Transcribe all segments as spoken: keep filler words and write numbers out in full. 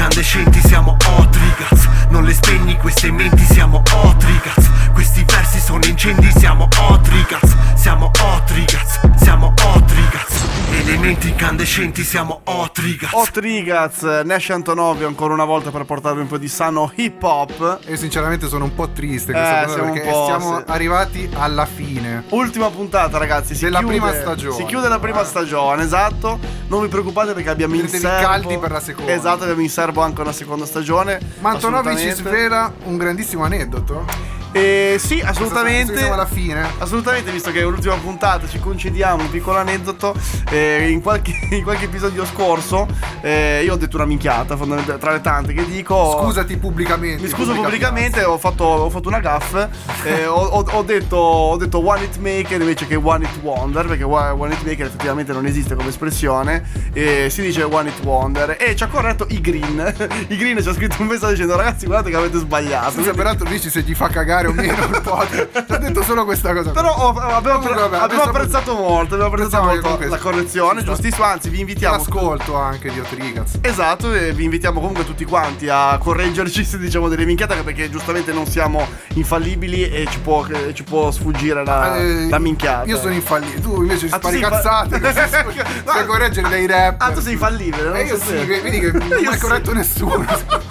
incandescenti, siamo hot ragazzi. Non le spegni queste menti, siamo hot ragazzi. Questi versi sono incendi, siamo hot ragazzi. Siamo hot ragazzi, siamo hot ragazzi. Elementi incandescenti, siamo hot ragazzi. Hot ragazzi, Nash Antonovio ancora una volta per portarvi un po' di sano hip hop. E sinceramente sono un po' triste questa Eh, cosa siamo perché un po', siamo sì. arrivati alla fine. Ultima puntata, ragazzi, si Della chiude, prima stagione. Si chiude la prima Ah. stagione, esatto. Non vi preoccupate perché abbiamo in Tenetevi serbo caldi per la seconda. Esatto, abbiamo in serbo anche una seconda stagione. Ma Antonovi ci Assolutamente. svela un grandissimo aneddoto. Eh, sì, assolutamente. Siamo alla fine. Assolutamente, visto che è l'ultima puntata, ci concediamo un piccolo aneddoto. Eh, in, qualche, in qualche episodio scorso, eh, io ho detto una minchiata, fondamentalmente, tra le tante che dico. Scusati pubblicamente. Mi scuso pubblica pubblicamente, piazza. ho fatto, ho fatto una gaffe. eh, ho, ho, ho, detto, ho detto one hit maker invece che one hit wonder, perché one hit maker effettivamente non esiste come espressione. E si dice one hit wonder. E ci ha corretto i Green. I Green ci ha scritto un messaggio dicendo: ragazzi, guardate che avete sbagliato. Scusa, peraltro dici se gli fa cagare o meno il podcast. Ti ho detto solo questa cosa. Però oh, abbiamo, Comunque, vabbè, abbiamo adesso- apprezzato molto, abbiamo apprezzato Pensavo che molto comunque la correzione, ci sta- giustissimo, anzi vi invitiamo. Ascolto anche di Hot Ragazzi. Esatto, e vi invitiamo comunque tutti quanti a correggerci se diciamo delle minchiate, perché giustamente non siamo infallibili e ci può, e ci può sfuggire la, Eh, la minchiata. Io sono infallibile. Tu invece Ah, tu spari sei fa- cazzate. così Puoi correggere dei rap. Ah, tu sei infallibile, non E io so sì, se- che- vedi che non ho Io mai sì. corretto nessuno.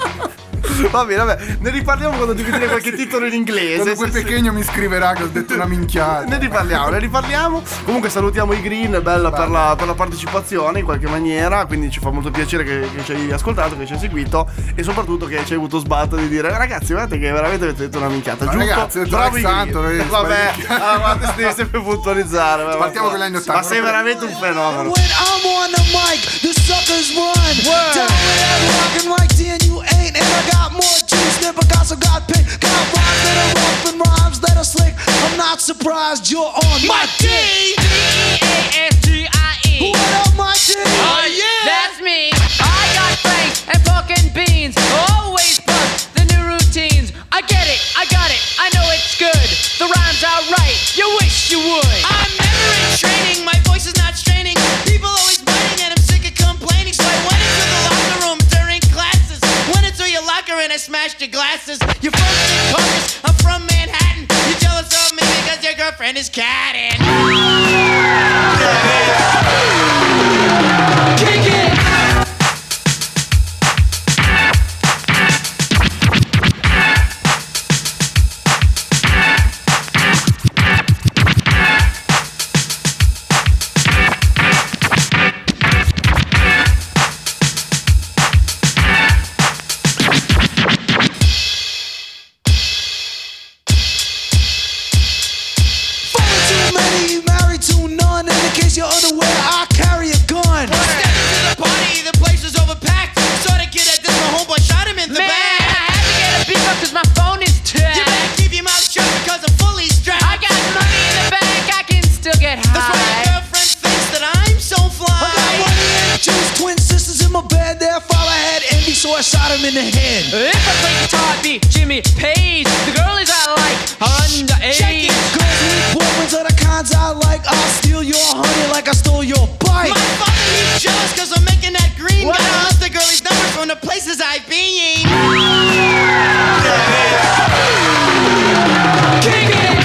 Va bene, vabbè, ne riparliamo quando devi dire qualche titolo in inglese. Quando quel sì, sì. pechegno mi scriverà che ho detto una minchiata. Ne riparliamo, ne riparliamo. Comunque salutiamo i Green, bella per la, per la partecipazione in qualche maniera. Quindi ci fa molto piacere che, che ci hai ascoltato, che ci hai seguito. E soprattutto che ci hai avuto sbatto di dire: ragazzi, guardate che veramente avete detto una minchiata. Ma Giusto? ragazzi, ho detto Bravo Alex i Santo, Green. vedi, Vabbè, sbagli- allora, guarda, ti devi sempre puntualizzare. vabbè, Partiamo vabbè. con gli anni ottanta. Ma sei veramente un fenomeno. When I'm on the mic, the suckers run. Word. Down with that rockin' like then you ain't. And I got more juice than Picasso got picked. Got rhymes that are rough and rhymes that are slick. I'm not surprised you're on my D dick. D A S T I E. What up, my D? Oh yeah, that's me. I got franks and pork and beans. Always bust the new routines. I get it, I got it, I know it's good. The rhymes are right, you wish you would. I'm never in training, my voice is not straining. People always biting and I'm sick of complaining. So I went into the locker room during classes. Went into your locker and I smashed your glasses. You're from Secaucus, I'm from Manhattan. You're jealous of me because your girlfriend is catting. Kick it! Too many, married to none. In case you're unaware, I carry a gun. Stepped into the party, the place was overpacked. Saw the kid at this, my homeboy shot him in the Man, back. I had to get a beef up cause my phone is You better tapped. keep your mouth shut because I'm fully strapped. I got money in the bank, I can still get That's why your high. girlfriend thinks that I'm so I got fly. money and juice, twin sisters in my bed. Their father had envy, so I shot him in the head. If I play guitar, I'd be Jimmy Page. The girlies I like are Check underage. it. Girls need boyfriends are the kinds I like. I'll steal your honey like I stole your My bike. father, he's jealous cause I'm making that green. What? Gotta love the girlie's numbers from the places I've been. Kick it!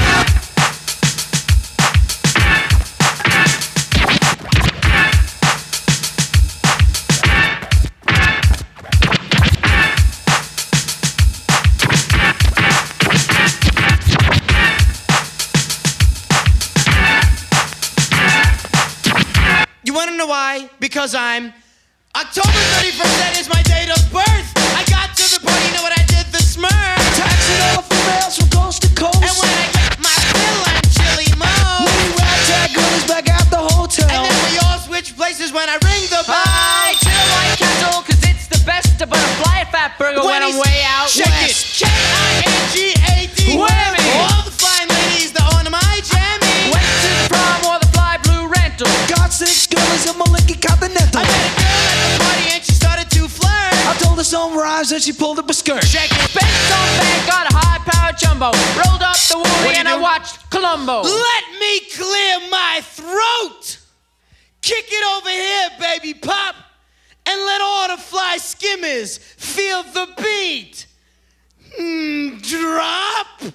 You wanna know why? Because I'm October thirty-first, that is my date of birth. I got to the party, you know what I did? The smurf. Taxing all the females from coast to coast. And when I get my fill, I'm chili mo. We ragtag girlies back at the hotel. And then we all switch places when I ring the bell. I chill White Castle cause it's the best. But a fly at Fat Burger when I'm he's- way out Check west. it. K I N G A D. Whammy. All the fine ladies that on my jammy. Went to the prom or the fly blue rental. Got six girlies in my Lincoln Continental. I met a girl at the party and she started to flirt. I told her some rhymes and she pulled up a skirt. Check it. Benz on bank got a high power jumbo. Rolled up the What woolly do you and I do? watched Columbo. Let me clear my throat. Kick it over here, baby pop. And let all the fly skimmers Feel the beat. Mm, drop.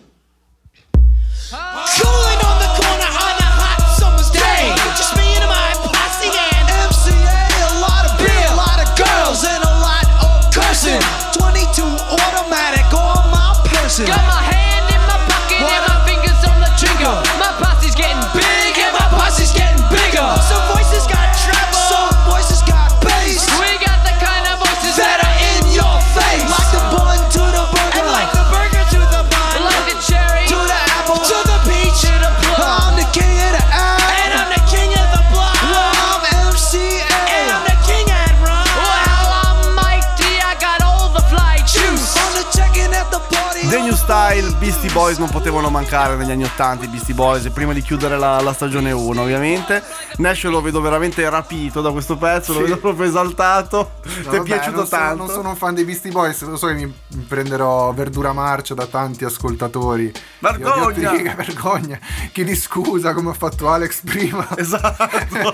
Cooling on the corner on a hot summer's day. Just me and my posse and M C A, a lot of beer, a lot of girls, and a lot of cursing. twenty-two automatic on my person. Got my hand in my pocket and my fingers on the trigger. My posse's getting big and my posse's getting bigger. some voices got treble, Some voices got bass We got the kind of voices that are in your face. Like the bun to the burger, and like the burger to the bun, like the cherry to the apple, to the peach, to the plum. I'm the king of the and app. I'm the king of the block. Well, I'm M C A. And I'm the king at run. Well, I'm mighty, I got all the fly juice. On the check-in at the party. The New Style, Beastie Boys non potevano mancare negli anni ottanta, i Beastie Boys, prima di chiudere la, la stagione uno ovviamente. Nash lo vedo veramente rapito da questo pezzo, lo Sì. vedo proprio esaltato. No, Ti è vabbè, piaciuto non sono, tanto? non sono un fan dei Beastie Boys, lo so che mi mi prenderò verdura marcia da tanti ascoltatori. Vergogna! Io- io- vergogna! Chiedi scusa come ha fatto Alex prima. Esatto.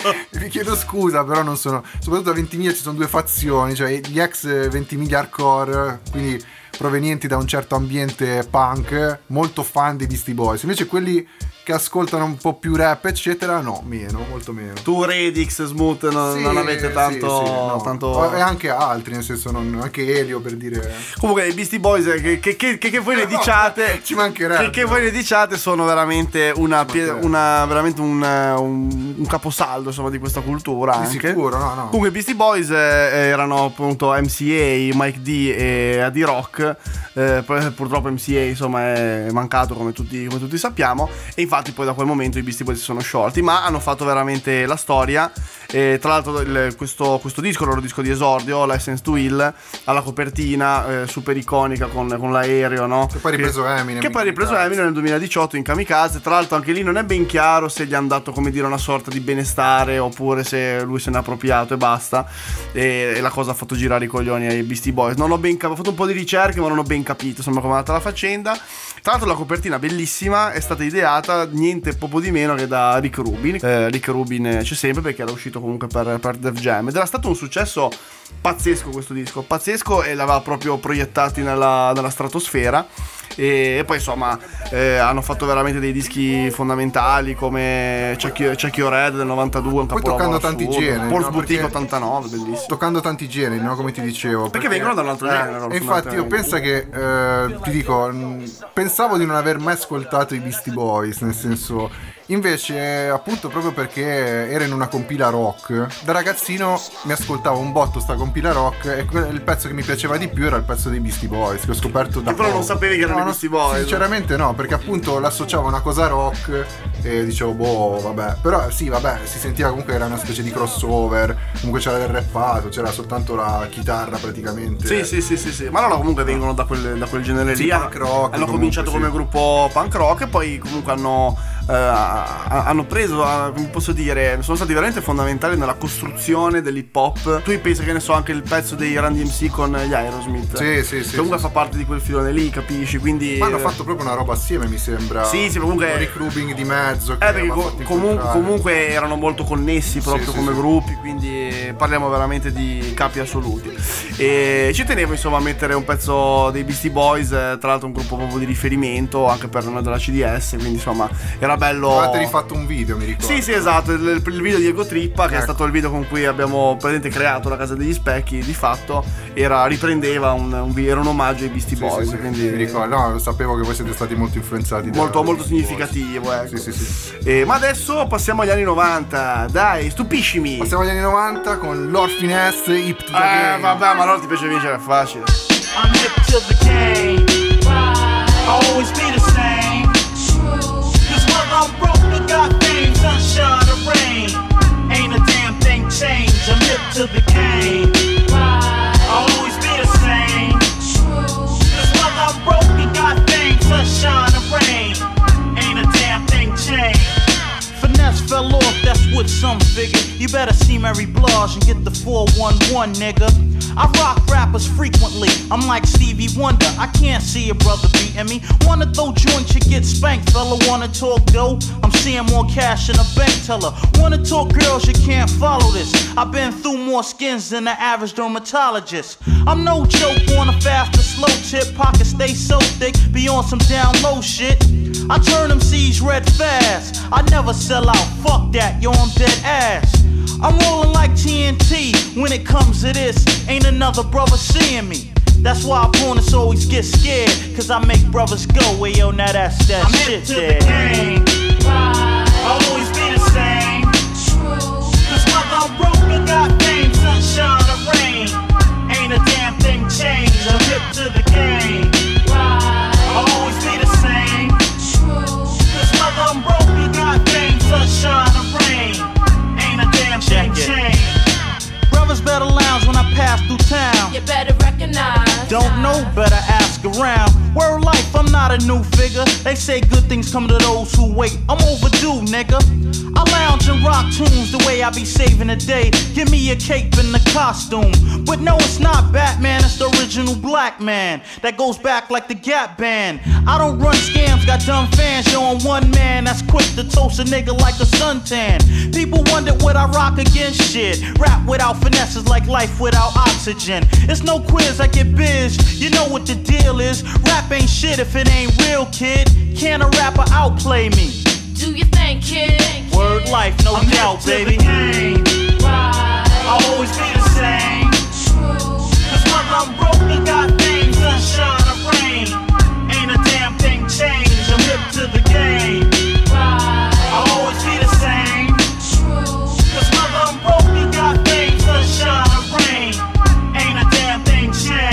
Vi chiedo scusa, però non sono. Soprattutto a Ventimiglia ci sono due fazioni, cioè gli ex Ventimiglia hardcore, quindi provenienti da un certo ambiente punk, molto fan dei Beastie Boys. Invece quelli che ascoltano un po' più rap, eccetera, no, meno, molto meno. Tu, Redix, Smooth, non, Sì, non avete tanto... sì, sì, no. tanto... E anche altri, nel senso, non, anche Elio per dire. Comunque i Beastie Boys eh, che, che, che, che voi ne No, diciate ci mancherebbe. che, che voi ne diciate sono veramente una, Ci pie- mancherebbe. una veramente un, un, un caposaldo insomma di questa cultura Di anche. sicuro, no, no. Comunque i Beastie Boys eh, erano appunto M C A, Mike D e Adi Rock. Eh, poi, purtroppo M C A insomma è mancato come tutti, come tutti sappiamo, e infatti poi da quel momento i Beastie Boys si sono sciolti, ma hanno fatto veramente la storia. E tra l'altro il- questo, questo disco, il loro disco di esordio, License to Ill, alla copertina eh, super iconica con, con l'aereo, no? Che poi ha ripreso Eminem Che in poi ha ripreso Kamikaze. Eminem nel duemiladiciotto in Kamikaze. Tra l'altro anche lì non è ben chiaro se gli hanno dato, come dire, una sorta di benestare oppure se lui se n'è appropriato e basta, e, e la cosa ha fatto girare i coglioni ai Beastie Boys. Non ho ben capito, ho fatto un po' di ricerche ma non ho ben capito insomma come è andata la faccenda. Tra l'altro la copertina bellissima è stata ideata niente poco di meno che da Rick Rubin. eh, Rick Rubin eh, c'è sempre perché era uscito comunque per, per Def Jam ed era stato un successo pazzesco questo disco, pazzesco, e l'aveva proprio proiettati nella, nella stratosfera. E, e poi insomma eh, hanno fatto veramente dei dischi fondamentali come Check, Check Your Head del novantadue, un Poi capolavoro toccando tanti assurdo. generi, Ports no? Boutique Perché- ottantanove, bellissimo. Toccando tanti generi, no? Come ti dicevo. Perché vengono da un altro genere, loro, E infatti io fondamentalmente. penso che, eh, ti dico, mh, pensavo di non aver mai ascoltato i Beastie Boys, nel senso. Invece, appunto, proprio perché era in una compila rock, da ragazzino mi ascoltavo un botto sta compila rock e que- il pezzo che mi piaceva di più era il pezzo dei Beastie Boys, che ho scoperto da Che però poco. non sapevi che erano No, i no, Beastie Boys. Sinceramente no, perché appunto l'associavo a una cosa rock e dicevo, boh, vabbè. Però sì, vabbè, si sentiva comunque che era una specie di crossover, comunque c'era del rappato, c'era soltanto la chitarra praticamente. Sì, sì, sì, sì, sì. Ma loro comunque vengono da quel, da quel genere Sì, lì. punk rock, hanno comunque, cominciato sì. come gruppo punk rock e poi comunque hanno, eh, hanno preso, eh, come posso dire, sono stati veramente fondamentali nella costruzione dell'hip hop. Tu pensi che ne so anche il pezzo dei Run D M C con gli Aerosmith. Sì, sì, sì, Che comunque sì, fa parte di quel filone lì, capisci? Quindi Ma hanno fatto proprio una roba assieme, mi sembra. Sì, sì, comunque- Con Rick Rubin di mezzo. Che Eh, perché aveva co- fatto comu- incontrare. comunque erano molto connessi proprio Sì, sì, come sì. gruppi, quindi parliamo veramente di capi assoluti. E ci tenevo insomma a mettere un pezzo dei Beastie Boys, eh, tra l'altro un gruppo proprio di riferimento anche per noi della C D S, quindi insomma era bello. Avete rifatto un video, mi ricordo. Sì, sì, esatto, il, il video di Ego Trippa, che è Ecco. stato il video con cui abbiamo praticamente creato la Casa degli Specchi, di fatto era, riprendeva un, un, vi- era un omaggio ai Beastie Sì, Boys, sì, sì, quindi mi ricordo. No, sapevo che voi siete stati molto influenzati da- molto, molto dai Beastie significativo, ecco. Sì, sì, sì. Eh, ma adesso passiamo agli anni novanta, dai, stupiscimi. Passiamo agli anni novanta con Lord Finesse, Hip to the Eh, Game. vabbè, ma allora ti piace vincere, è facile. I'm hip to the game. I'll always be the same. Cause when I'm broke, I got fame, sunshine or rain. Ain't a damn thing changed. I'm hip to the game. I'll always be the same. Cause when I'm broke, I got fame, sunshine or rain. Ain't a damn thing changed. Finesse fell off, that's what some figure. You better see Mary Blige and get the four one one, nigga. I rock rappers frequently, I'm like Stevie Wonder. I can't see a brother beating me. Wanna throw joints, you get spanked, fella. Wanna talk dough? I'm seeing more cash in a bank teller. Wanna talk girls, you can't follow this. I've been through more skins than the average dermatologist. I'm no joke on a fast or slow tip. Pockets stay so thick, be on some down low shit. I turn them C's red fast. I never sell out, fuck that, yo, I'm dead ass. I'm rolling like T N T. When it comes to this, ain't another brother seeing me. That's why opponents always get scared, cause I make brothers go, well yo, now that's that I'm hip shit to there. the game. I'll always be the same. Cause whether I'm broke or got fame, sunshine or rain, ain't a damn thing changed. I'm hip to the game. I'll always be the same. Cause whether I'm broke or got fame, sunshine or rain, ain't a damn thing changed. Brothers better lounge when I pass through town. You better recognize. Don't know, better ask around. Word life, I'm not a new figure. They say good things come to those who wait. I'm overdue, nigga. I lounge and rock tunes the way I be saving the day. Give me a cape and a costume. But no, it's not Batman, it's the original black man that goes back like the Gap Band. I don't run scams, got dumb fans showing one man that's quick to toast a nigga like a suntan. People wonder what I rock against shit. Rap without finesse is like life without oxygen. It's no quiz, I get biz. You know what the deal is. Rap ain't shit if it ain't real, kid. Can a rapper outplay me? Do you think, kid? Word life, no I'm doubt, hip to baby. the game. Right. I'll always be the same. Cause whether I'm broke or got fame, sunshine or rain, ain't a damn thing changed. I'm hip to the game. I'll always be the same. Cause whether I'm broke or got fame, sunshine or rain, ain't a damn thing changed.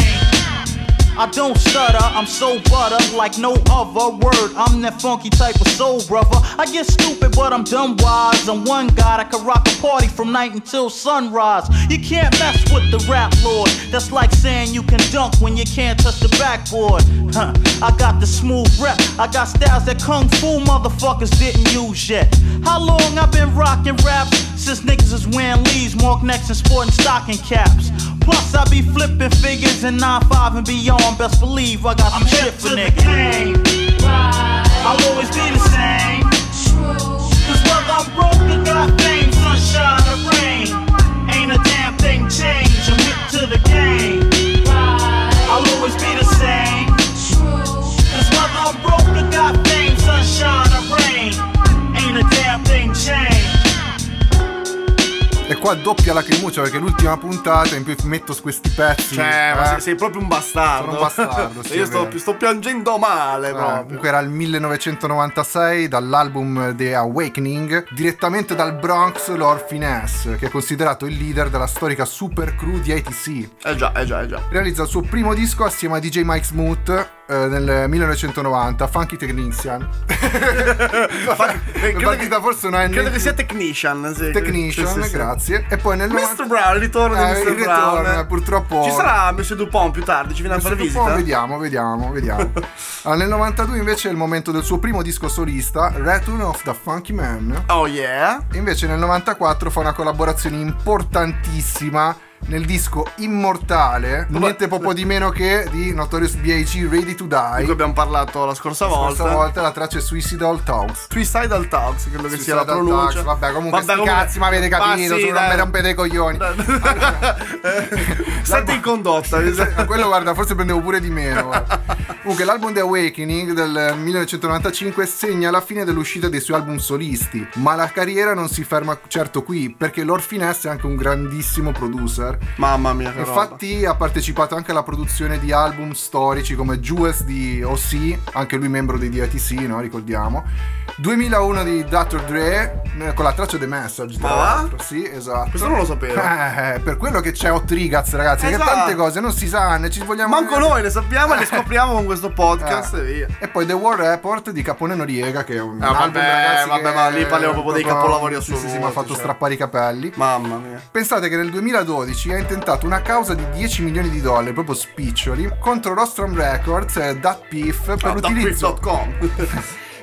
I don't stutter, I'm so butter like no other word. I'm that funky type of soul brother. I get stupid, but I'm dumb wise. I'm one guy that can rock a party from night until sunrise. You can't mess with the rap lord. That's like saying you can dunk when you can't touch the backboard. Huh. I got the smooth rep. I got styles that kung fu motherfuckers didn't use yet. How long I been rocking raps? Since niggas is wearing leaves, mark necks and sporting stocking caps. Plus I be flipping figures in nine five and beyond. Best believe I got some I'm shit hip for to the niggas. game. I'll always be the same. Cause whether I'm broke or got fame, sunshine or rain, ain't a damn thing changed. I'm hip to the game. I'll always be the same. Cause whether I'm broke or got fame, sunshine or rain, ain't a damn thing changed. E qua doppia lacrimuccia perché l'ultima puntata in più metto questi pezzi. Cioè, eh. ma sei, sei proprio un bastardo. Sono un bastardo, sì, Io è sto, vero. sto piangendo male Eh, proprio. comunque era il millenovecentonovantasei dall'album The Awakening, direttamente dal Bronx Lord Finesse, che è considerato il leader della storica super crew di A T C. Eh già, eh già, eh già. Realizza il suo primo disco assieme a D J Mike Smooth eh, nel millenovecentonovanta, Funky Technician. È partita forse una Credo che sia Technician. Sì. Technician, Sì, sì, sì. grazie. E poi nel mister Brown, il ritorno Eh, di mister il ritorno, Brown. eh, purtroppo Ci sarà Monsieur Dupont più tardi, ci viene a fare Questo un po' visita? Vediamo, vediamo, vediamo. Allora, nel novantadue invece è il momento del suo primo disco solista, Return of the Funky Man. Oh yeah. E invece nel novantaquattro fa una collaborazione importantissima nel disco immortale, niente poco di meno che di Notorious B I G Ready to Di Die. cui abbiamo parlato la scorsa La volta. scorsa volta la traccia è Suicidal Talks. Suicidal Talks, credo che sia la Suicidal pronuncia. Talks, vabbè, comunque sti comunque- cazzi, ma avete capito, Ma sì, se non dai. mi rompete i coglioni. Sette in condotta. A quello guarda, forse prendevo pure di meno. guarda. Comunque l'album The Awakening del millenovecentonovantacinque segna la fine dell'uscita dei suoi album solisti, ma la carriera non si ferma certo qui, perché Lord Finesse è anche un grandissimo producer. Mamma mia, che Infatti ha partecipato anche alla produzione di album storici come Jules di O C, anche lui membro dei D I T C, no? Ricordiamo. duemilauno di doctor Dre eh, con la traccia The Message, tra Ma va? l'altro. Sì, esatto. Questo non lo sapevo. Eh, per quello che c'è Hot Trigaz, ragazzi, Esatto. che tante cose non si sanno, ci vogliamo Manco noi le sappiamo e le scopriamo con questo podcast Eh. e via. E poi The War Report di Capone Noriega, che è un Ah, album, vabbè, ragazzi, vabbè, che ma lì parliamo proprio dei capolavori sì, sì, assoluti, sì, mi ha fatto cioè. strappare i capelli. Mamma mia. Pensate che nel duemiladodici ha intentato una causa di dieci milioni di dollari, proprio spiccioli, contro Rostrum Records e Dat Piff per Ah, l'utilizzo dot com.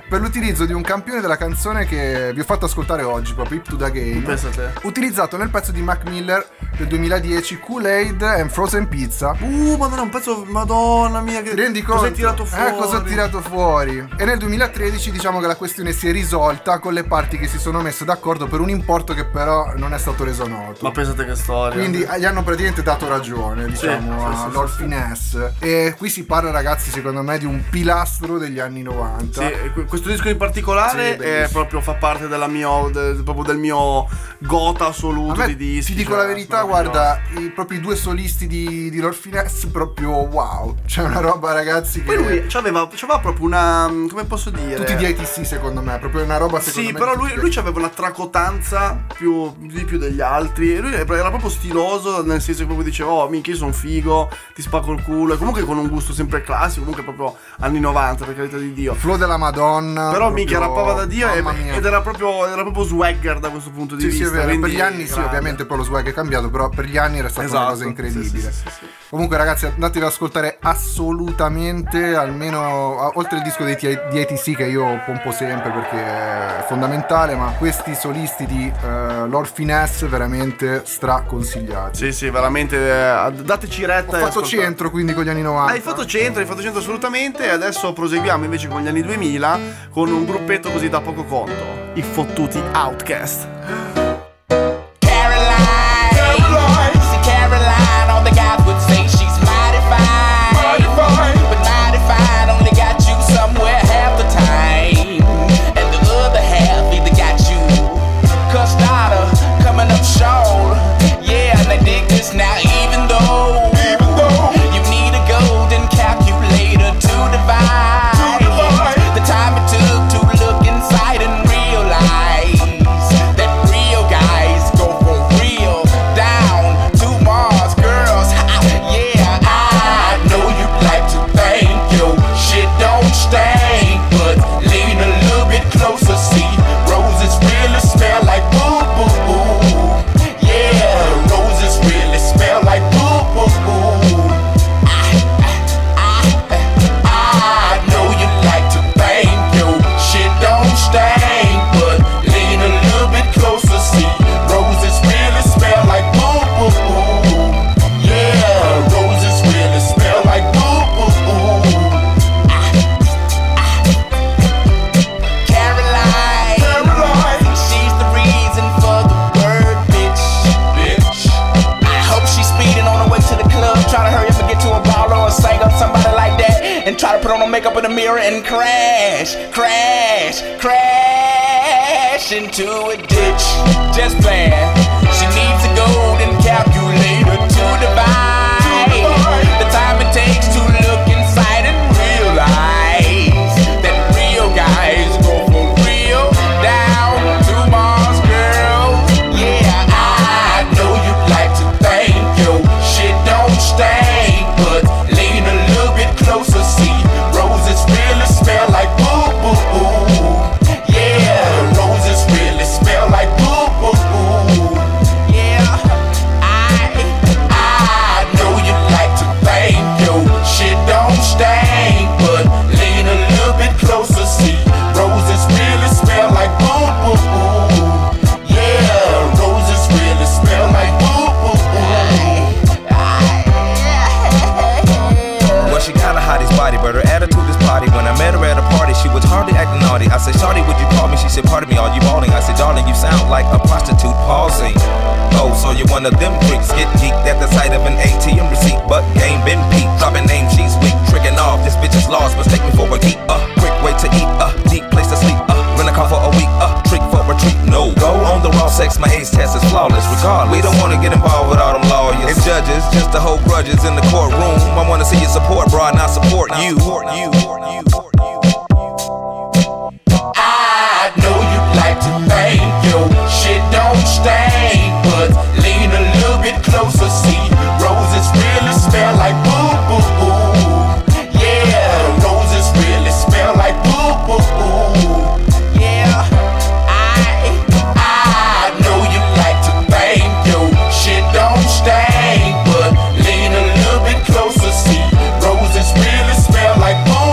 per l'utilizzo di un campione della canzone che vi ho fatto ascoltare oggi, proprio Hip to the Game, Pensate. utilizzato nel pezzo di Mac Miller del duemiladieci, Kool-Aid and Frozen Pizza. Uh, madonna, un pezzo, madonna mia, che Ti rendi cosa conto? hai tirato fuori? Eh, cosa ho tirato fuori? E nel duemilatredici diciamo che la questione si è risolta con le parti che si sono messe d'accordo per un importo che però non è stato reso noto. Ma pensate che storia. Quindi gli hanno praticamente dato ragione, diciamo, sì, sì, a sì, Lord sì. Finesse. E qui si parla, ragazzi, secondo me di un pilastro degli anni novanta. Sì, e que- questo disco in particolare Sì, è bellissimo. proprio fa parte della mio, de- proprio del mio gota A assoluto me, di dischi. ti dico cioè, la verità, meraviglioso. guarda, i, proprio i due solisti di, di Lord Finesse, proprio wow. C'è una roba, ragazzi, che... Poi lui c'aveva, c'aveva proprio una, come posso dire, Tutti di I T C, secondo me, proprio una roba, secondo sì, me, però di lui, tutti lui gli- aveva una tracotanza più, di più degli altri. E lui era proprio stiloso, nel senso che proprio diceva: oh, minchia, io sono figo, ti spacco il culo. E comunque con un gusto sempre classico, comunque proprio anni novanta, per carità di Dio. Flow della Madonna. Però proprio- minchia, rappava da Dio e- mamma mia. ed era proprio, era proprio swagger da questo punto di Sì, vista. sì, è vero. Per quindi gli anni sì, grande. ovviamente poi lo swag è cambiato, però per gli anni era stata una Esatto, cosa incredibile. sì, sì, sì, sì, sì. Comunque, ragazzi, andatevi ad ascoltare assolutamente, almeno a- oltre il disco dei T- di I T C che io pompo sempre perché è fondamentale, ma questi solisti di eh, Lord Finesse veramente straconsigliati. Sì, sì, veramente. eh, dateci retta. Ho e fatto ascoltate. centro quindi con gli anni novanta. Hai fatto centro, hai fatto centro assolutamente. E adesso proseguiamo invece con gli anni duemila con un gruppetto così da poco conto, i fottuti Outcast. Caroline, see Caroline, all the guys would say she's mighty fine, but mighty fine only got you somewhere half the time, and the other half either got you cussed out or coming up short. Yeah, and I dig this now, even though, even though you need a golden calculator to divide, to divide the time it took to look inside and realize that real guys go for real down to Mars girls. Yeah, I know you like to think your shit don't stink, but lean a little bit closer, see roses really smell like boo boo boo. Yeah, roses really smell like boo boo boo. I, I, I, I know you like to think your shit don't stink, but lean a little bit closer, see roses really smell like boo boo boo. Yeah, roses really smell like boo boo boo. Caroline, Caroline, she's the reason for the word bitch, bitch. I hope she's speeding on her way to the club, trying to hurry up and get to a baller or a singer, somebody like that, and try to put on her makeup in the mirror and crash, crash, crash into a ditch. Just playing. She needs a golden calculator to divide the time it takes to look inside and realize that real guys go for real down to Mars girls. Yeah, I know you like to think your shit don't stink, but lean a little bit closer, see roses really smell like boo boo boo. Yeah, roses really smell like boo boo boo. Yeah, I I know you like to think your shit don't stink, but lean a little bit closer, see roses really smell like boo boo boo. Yeah, roses really smell like boo boo boo. Well, she got a hottest body, but her attitude is potty. When I met her at a party, she was hardly acting naughty. I said, Shawty, would you call me? She said, pardon me, are you balling? I said, darling, you sound like a prostitute pausing. Oh, so you're one of them freaks, get geeked at the sight of an A T M receipt, but game been peaked. Dropping name, she's weak, tricking off. This bitch is lost, mistake me for a geek. Uh, quick way to eat, uh, deep place to sleep. Uh, rent a car for a week, uh, trick for a treat. No, go on the raw sex, my age test is flawless. Regardless, we don't wanna get involved with all them lawyers and judges, just to hold grudges in the courtroom. I wanna see you support, bro, not support you. you. I know you like to think your shit don't stink, but lean a little bit closer, see roses really smell like boo boo boo. Yeah, roses really smell like boo boo boo. Yeah, I I know you like to think your shit don't stink, but lean a little bit closer, see roses really smell like boo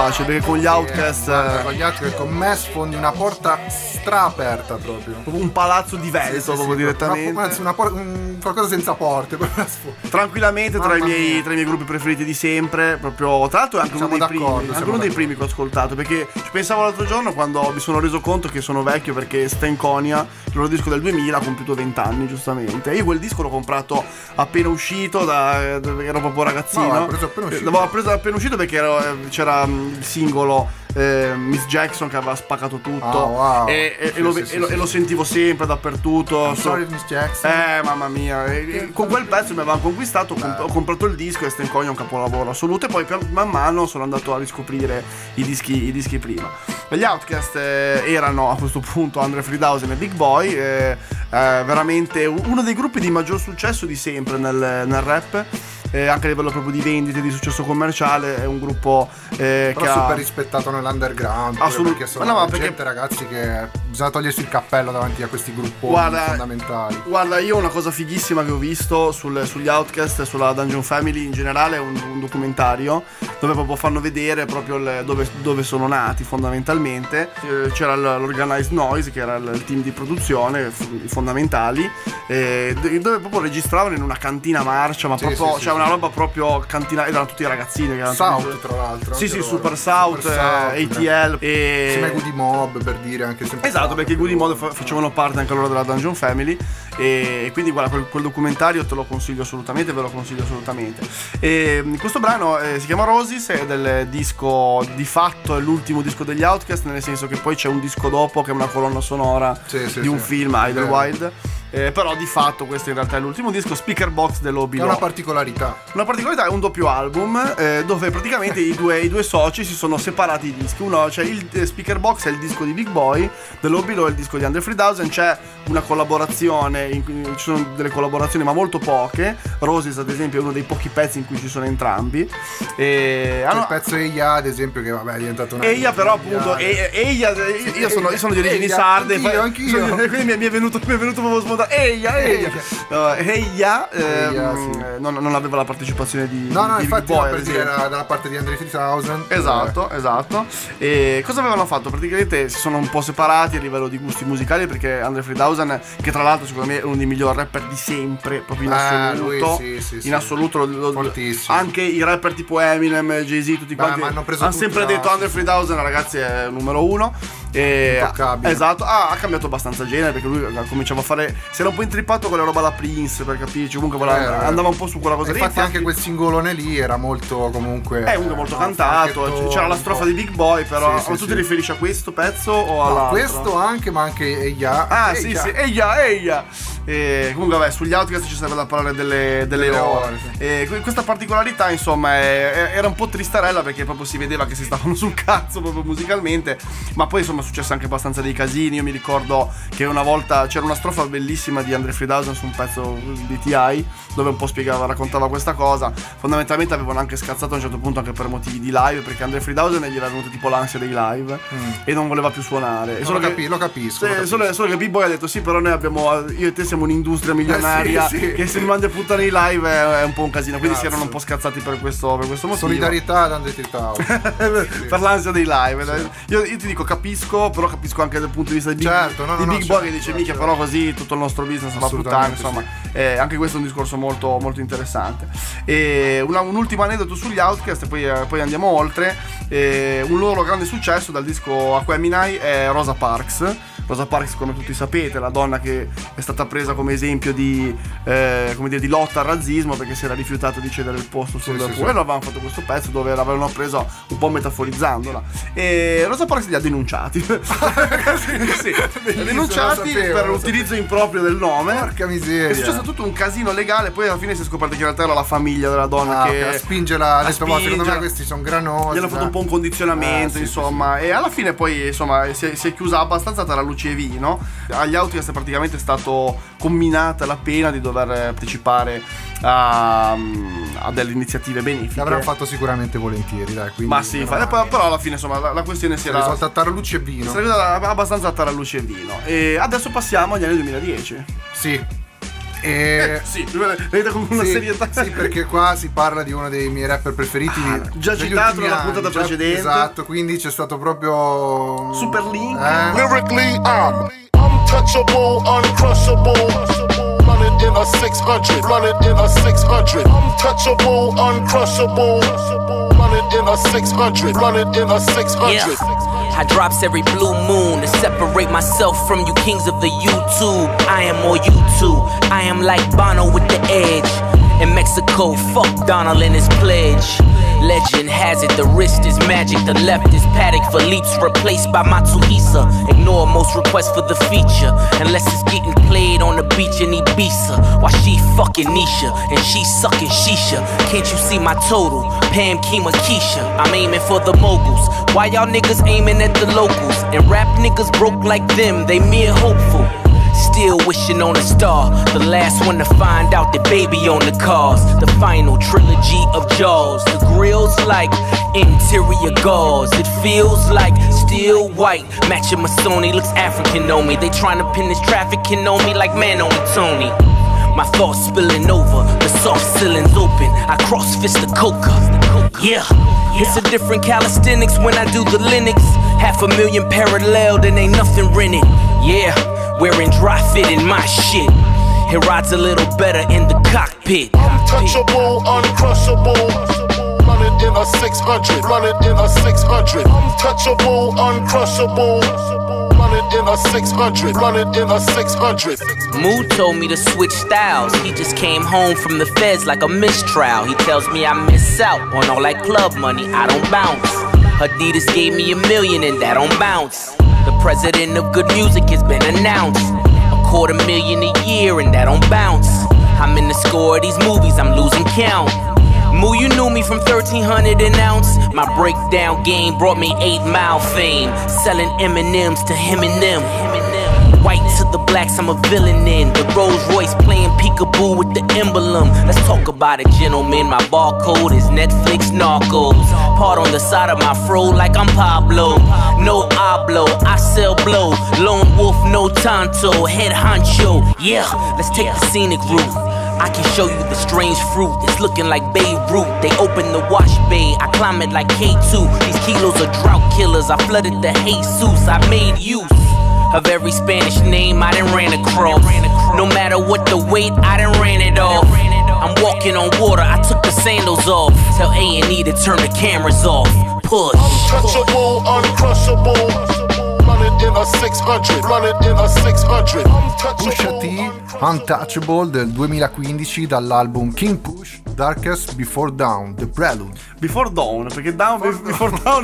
facile, perché con gli Outcast eh, con gli Outcast con me sfondi una porta stra-aperta proprio. Un palazzo di Velto, sì, sì, proprio sì, direttamente. Una, anzi, una por- un, qualcosa senza porte. Tranquillamente tra i, miei, tra i miei gruppi preferiti di sempre. Proprio, tra l'altro è anche siamo uno dei primi. Anche uno dei primi che ho ascoltato. Perché ci pensavo l'altro giorno quando mi sono reso conto che sono vecchio, perché Stankonia, il loro disco del duemila, ha compiuto venti anni, giustamente. Io quel disco l'ho comprato appena uscito, da, da, ero proprio ragazzino. No, l'ho preso appena uscito. L'avevo preso appena uscito perché ero, c'era il singolo Eh, Miss Jackson che aveva spaccato tutto. Oh, wow. e, e, sì, e, lo, sì, e, sì, lo, sì. e lo sentivo sempre dappertutto. I'm sorry, Miss Jackson. Eh, mamma mia. E, e con quel pezzo mi aveva conquistato. Ho, comp- ho comprato il disco e Stankonia è un capolavoro assoluto. E poi pian, man mano sono andato a riscoprire i dischi, i dischi prima. Gli Outcast eh, erano a questo punto Andre three thousand e Big Boy. Eh, eh, veramente uno dei gruppi di maggior successo di sempre nel, nel rap. Eh, anche a livello proprio di vendite, di successo commerciale, è un gruppo eh, però che super ha... rispettato nell'underground. Assolutamente. Perché sono no, ma gente, perché... ragazzi, che bisogna togliersi il cappello davanti a questi gruppi fondamentali. Guarda, io una cosa fighissima che ho visto sul, sugli Outcast e sulla Dungeon Family in generale è un, un documentario dove proprio fanno vedere proprio le, dove, dove sono nati fondamentalmente. Eh, c'era l'Organized Noise, che era il team di produzione, i fondamentali, eh, dove proprio registravano in una cantina marcia, ma sì, proprio sì, cioè sì, una roba proprio cantina, erano tutti i ragazzini che erano South tutti... tra l'altro sì sì loro. Super South, Super South eh, A T L e insieme ai Goody Mob, per dire, anche sempre esatto, South, perché i Goody Mob fa- facevano parte anche loro della Dungeon Family. E quindi guarda, quel, quel documentario te lo consiglio assolutamente, ve lo consiglio assolutamente. E questo brano eh, si chiama Roses, è del disco, di fatto è l'ultimo disco degli Outcast, nel senso che poi c'è un disco dopo che è una colonna sonora sì, sì, di un sì. film, Idlewild. Eh, però di fatto questo in realtà è l'ultimo disco. Speaker Box dell'Obi è una particolarità. Una particolarità è un doppio album eh, dove praticamente i, due, i due soci si sono separati i dischi. Uno, cioè il eh, Speaker Box è il disco di Big Boy, dell'Obi è il disco di Andre three thousand. C'è una collaborazione, in cui ci sono delle collaborazioni ma molto poche. Roses ad esempio è uno dei pochi pezzi in cui ci sono entrambi. E, c'è il pezzo Eia ad esempio che vabbè è diventato una Eia però appunto Eia, Eia io, io, sono, io sono di origini Eia, sarde, anch'io, anch'io. Sono, quindi mi è, mi è venuto mi è venuto proprio spontaneo Eia Eia no, Eia, Eia ehm, sì. non, non aveva la partecipazione di no no di infatti Big Boy, no, per ad dire esempio. era dalla parte di Andre three thousand. Esatto, esatto. E cosa avevano fatto? Praticamente si sono un po' separati a livello di gusti musicali, perché Andre three thousand, che tra l'altro secondo me è uno dei migliori rapper di sempre, proprio in assoluto, eh, lui, sì, sì, in sì. assoluto lo, fortissimo. Anche i rapper tipo Eminem, Jay-Z, tutti Beh, quanti ma hanno preso hanno tutti sempre la- detto Andre three thousand ragazzi è il numero uno. E Intoccabile. esatto, ah, ha cambiato abbastanza genere, perché lui cominciava a fare, si era un po' intrippato con la roba la Prince, per capirci, comunque voleva- Eh, andava un po' su quella cosa lì. infatti anche quel singolone lì era molto comunque è comunque molto no, cantato, folchettone, c'era la strofa di Big Boy, però Sì, sì, ma tu sì. ti riferisci a questo pezzo o no, all'altro? questo anche ma anche Eia. Ah Eia. sì sì, eia eia. E comunque vabbè, sugli Outcast ci sarebbe da parlare delle, delle Delle ore, ore, sì. E que- questa particolarità insomma è- è- era un po' tristarella, perché proprio si vedeva che si stavano sul cazzo proprio musicalmente. Ma poi insomma è successo anche abbastanza dei casini. Io mi ricordo che una volta c'era una strofa bellissima di Andre three thousand su un pezzo di T I, dove un po' spiegava, raccontava questa cosa. Fondamentalmente avevano anche scazzato a un certo punto anche per motivi di live, perché Andre three thousand gli era venuta tipo l'ansia dei live Mm. e non voleva più suonare. E No, solo lo che- capi- lo capisco, sì, lo capisco. Solo, solo che Big Boy ha detto sì, però noi abbiamo, io e te siamo un'industria milionaria, Eh, sì, sì. che se mi mandi a puttane i live è, è un po' un casino. Quindi si Cazzo. erano un po' scazzati per questo, per questo motivo. Solidarietà ad Andre three thousand. Sì. Per l'ansia dei live. Io, io ti dico capisco, però capisco anche dal punto di vista di Big, Certo, no, no, di no, Big Boy, certo, che dice certo, mica, certo. però così tutto il nostro business va a puttane, Assolutamente, insomma. Eh, anche questo è un discorso molto, molto interessante. E una- un ultimo aneddoto sugli Outcast e poi, eh, poi andiamo oltre. Eh, un loro grande successo dal disco Aquemini è Rosa Parks. Rosa Parks, come tutti sapete, è la donna che è stata presa come esempio di, eh, come dire, di lotta al razzismo, perché si era rifiutato di cedere il posto sul Sì, sì, sì, e sì. lo avevano fatto questo pezzo dove l'avevano presa un po' metaforizzandola. E Rosa Parks li ha denunciati. Sì, sì, li ha Bellissimo, denunciati lo sapevo, per lo l'utilizzo improprio del nome. Porca miseria. È successo tutto un casino legale. Poi alla fine si è scoperto che in realtà era la famiglia della donna Ah, che ok, a spingerla, ha a detto, "Ma secondo me spingerla". questi sono granosi. Gli hanno fatto un po' un condizionamento, Eh, sì, insomma, e alla fine poi insomma si è, si è chiusa abbastanza tra luce e vino. Agli Outcast praticamente è stato comminata la pena di dover partecipare a, a delle iniziative benefiche. L'avranno fatto sicuramente volentieri, dai. Quindi Ma sì, fa- però, però alla fine insomma la, la questione si si è era risolta a tarlucce e vino. si era risolta abbastanza a taralluce e vino. E adesso passiamo agli anni duemiladieci. Sì. E... Sì, vedete con una sì, serietà. Sì, perché qua si parla di uno dei miei rapper preferiti. Ah, già degli citato ultimi nella anni, puntata già- precedente. Esatto, quindi c'è stato proprio Super link. eh? Lyrically, I'm untouchable, uncrushable. Run it in a six hundred, run it in a six hundred. Untouchable, uncrushable. Run it in a six hundred, run it in a six hundred. I drops every blue moon to separate myself from you kings of the YouTube. I am more YouTube. I am like Bono with the edge. In Mexico, fuck Donald and his pledge. Legend has it, the wrist is magic. The left is Paddock for leaps, replaced by Matsuhisa. Ignore most requests for the feature, unless it's getting played on the beach in Ibiza. While she fucking Nisha, and she sucking Shisha. Can't you see my total? Pam, Kima, Keisha. I'm aiming for the moguls. Why y'all niggas aiming at the locals? And rap niggas broke like them, they mere hopeful. Still wishing on a star. The last one to find out the baby on the cars. The final trilogy of Jaws. The grill's like interior gauze. It feels like steel white. Matching my Sony looks African on me. They tryna pin this trafficking on me like man on Tony. My thoughts spilling over, the soft ceilings open. I cross fist the coca. Yeah, it's a different calisthenics when I do the Linux. Half a million parallel, then ain't nothing rented. Yeah, wearing dry fit in my shit. It rides a little better in the cockpit. Untouchable, uncrushable. Run it in a six hundred, run it in a six hundred. Untouchable, uncrushable. Run it in a six hundred, run it in a six hundred. Mood told me to switch styles. He just came home from the feds like a mistrial. He tells me I miss out on all that club money. I don't bounce. Adidas gave me a million and that don't bounce. The president of good music has been announced. A quarter million a year and that don't bounce. I'm in the score of these movies, I'm losing count. Moo, you knew me from thirteen hundred an ounce. My breakdown game brought me eight mile fame. Selling M and M's to him and them. White to the blacks, I'm a villain in. The Rolls Royce playing peekaboo with the emblem. Let's talk about it, gentlemen. My barcode is Netflix Narcos. Part on the side of my fro like I'm Pablo. No hablo, I sell blow. Lone wolf, no tanto. Head honcho. Yeah, let's take the scenic route. I can show you the strange fruit. It's looking like Beirut. They open the wash bay. I climb it like K two. These kilos are drought killers. I flooded the Jesus. I made use of every Spanish name I done ran across. No matter what the weight, I done ran it off. I'm walking on water, I took the sandals off. Tell A and E to turn the cameras off. Push. Untouchable, uncrushable. Run it in a six hundred, run it in a six hundred. Pusha T, Untouchable del duemilaquindici dall'album King Push, Darkest Before Dawn, The Prelude. Before Dawn, perché Down, Before, before Dawn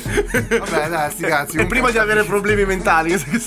vabbè dai, sti cazzi, è prima di avere problemi mentali.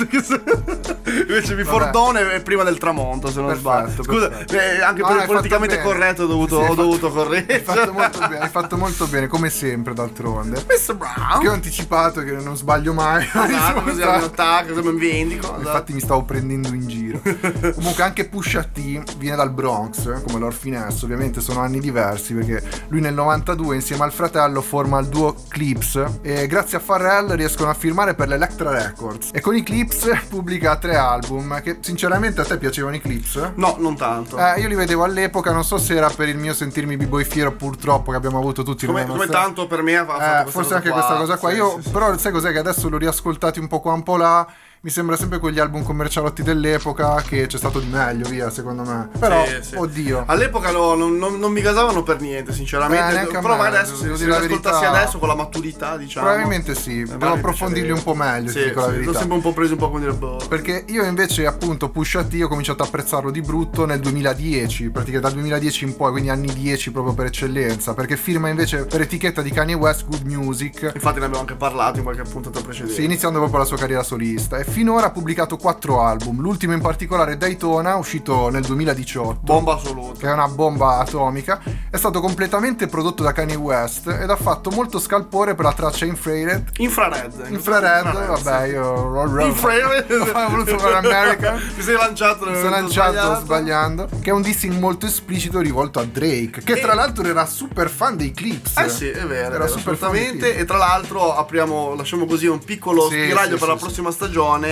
Invece Before vabbè. Dawn è prima del tramonto, se non perfetto, sbaglio. Scusa, eh, anche no, per il politicamente corretto ho dovuto, sì, ho dovuto correggere. Hai fatto molto bene, hai fatto molto bene, come sempre d'altronde. mister Brown, che ho anticipato che non sbaglio mai. Esatto, così mi attacco, così mi vendico. Infatti esatto. Mi stavo prendendo in giro. Comunque anche Pusha T viene dal Bronx, come Lord Finesse. Ovviamente sono anni diversi, perché lui nel novantadue insieme al fratello forma il duo Clips e grazie a Pharrell riescono a firmare per l'Electra Records, e con i Clips pubblica tre album che sinceramente a te piacevano i Clips? No, non tanto. Eh, io li vedevo all'epoca, non so se era per il mio sentirmi b-boy fiero purtroppo che abbiamo avuto tutti come, come tanto per me ha fatto eh, forse anche qua. questa cosa qua. Sì, io sì, però sì. sai cos'è, che adesso l'ho riascoltati un po' qua un po' là. Mi sembra sempre quegli album commercialotti dell'epoca, che c'è stato di meglio, via, secondo me. Però, sì, sì. oddio. All'epoca lo, non, non, non mi gasavano per niente, sinceramente. Eh, però magari adesso, se, se li ascoltassi adesso con la maturità, diciamo. Probabilmente sì, eh, devo approfondirli un po' meglio, sì, ti dico sì, la verità. L'ho sempre un po' preso un po' con dire boh. Perché io invece, appunto, Pusha T ho cominciato a apprezzarlo di brutto nel duemiladieci, praticamente dal duemiladieci in poi, quindi anni dieci proprio per eccellenza, perché firma invece per etichetta di Kanye West Good Music. Infatti ne abbiamo anche parlato in qualche puntata precedente. Sì, iniziando proprio la sua carriera solista, e finora ha pubblicato quattro album, l'ultimo in particolare Daytona, uscito nel duemiladiciotto, bomba assoluta, che è una bomba atomica. È stato completamente prodotto da Kanye West ed ha fatto molto scalpore per la traccia Infrared. Infrared Infrared, Infrared vabbè, io Infrared ho voluto fare American. Ti sei lanciato mi sono lanciato sbagliando, che è un dissing molto esplicito rivolto a Drake, che e... tra l'altro era super fan dei Clips. Eh sì, è vero, era super assolutamente. E tra l'altro apriamo, lasciamo così un piccolo sì, spiraglio sì, per sì, la prossima sì. stagione.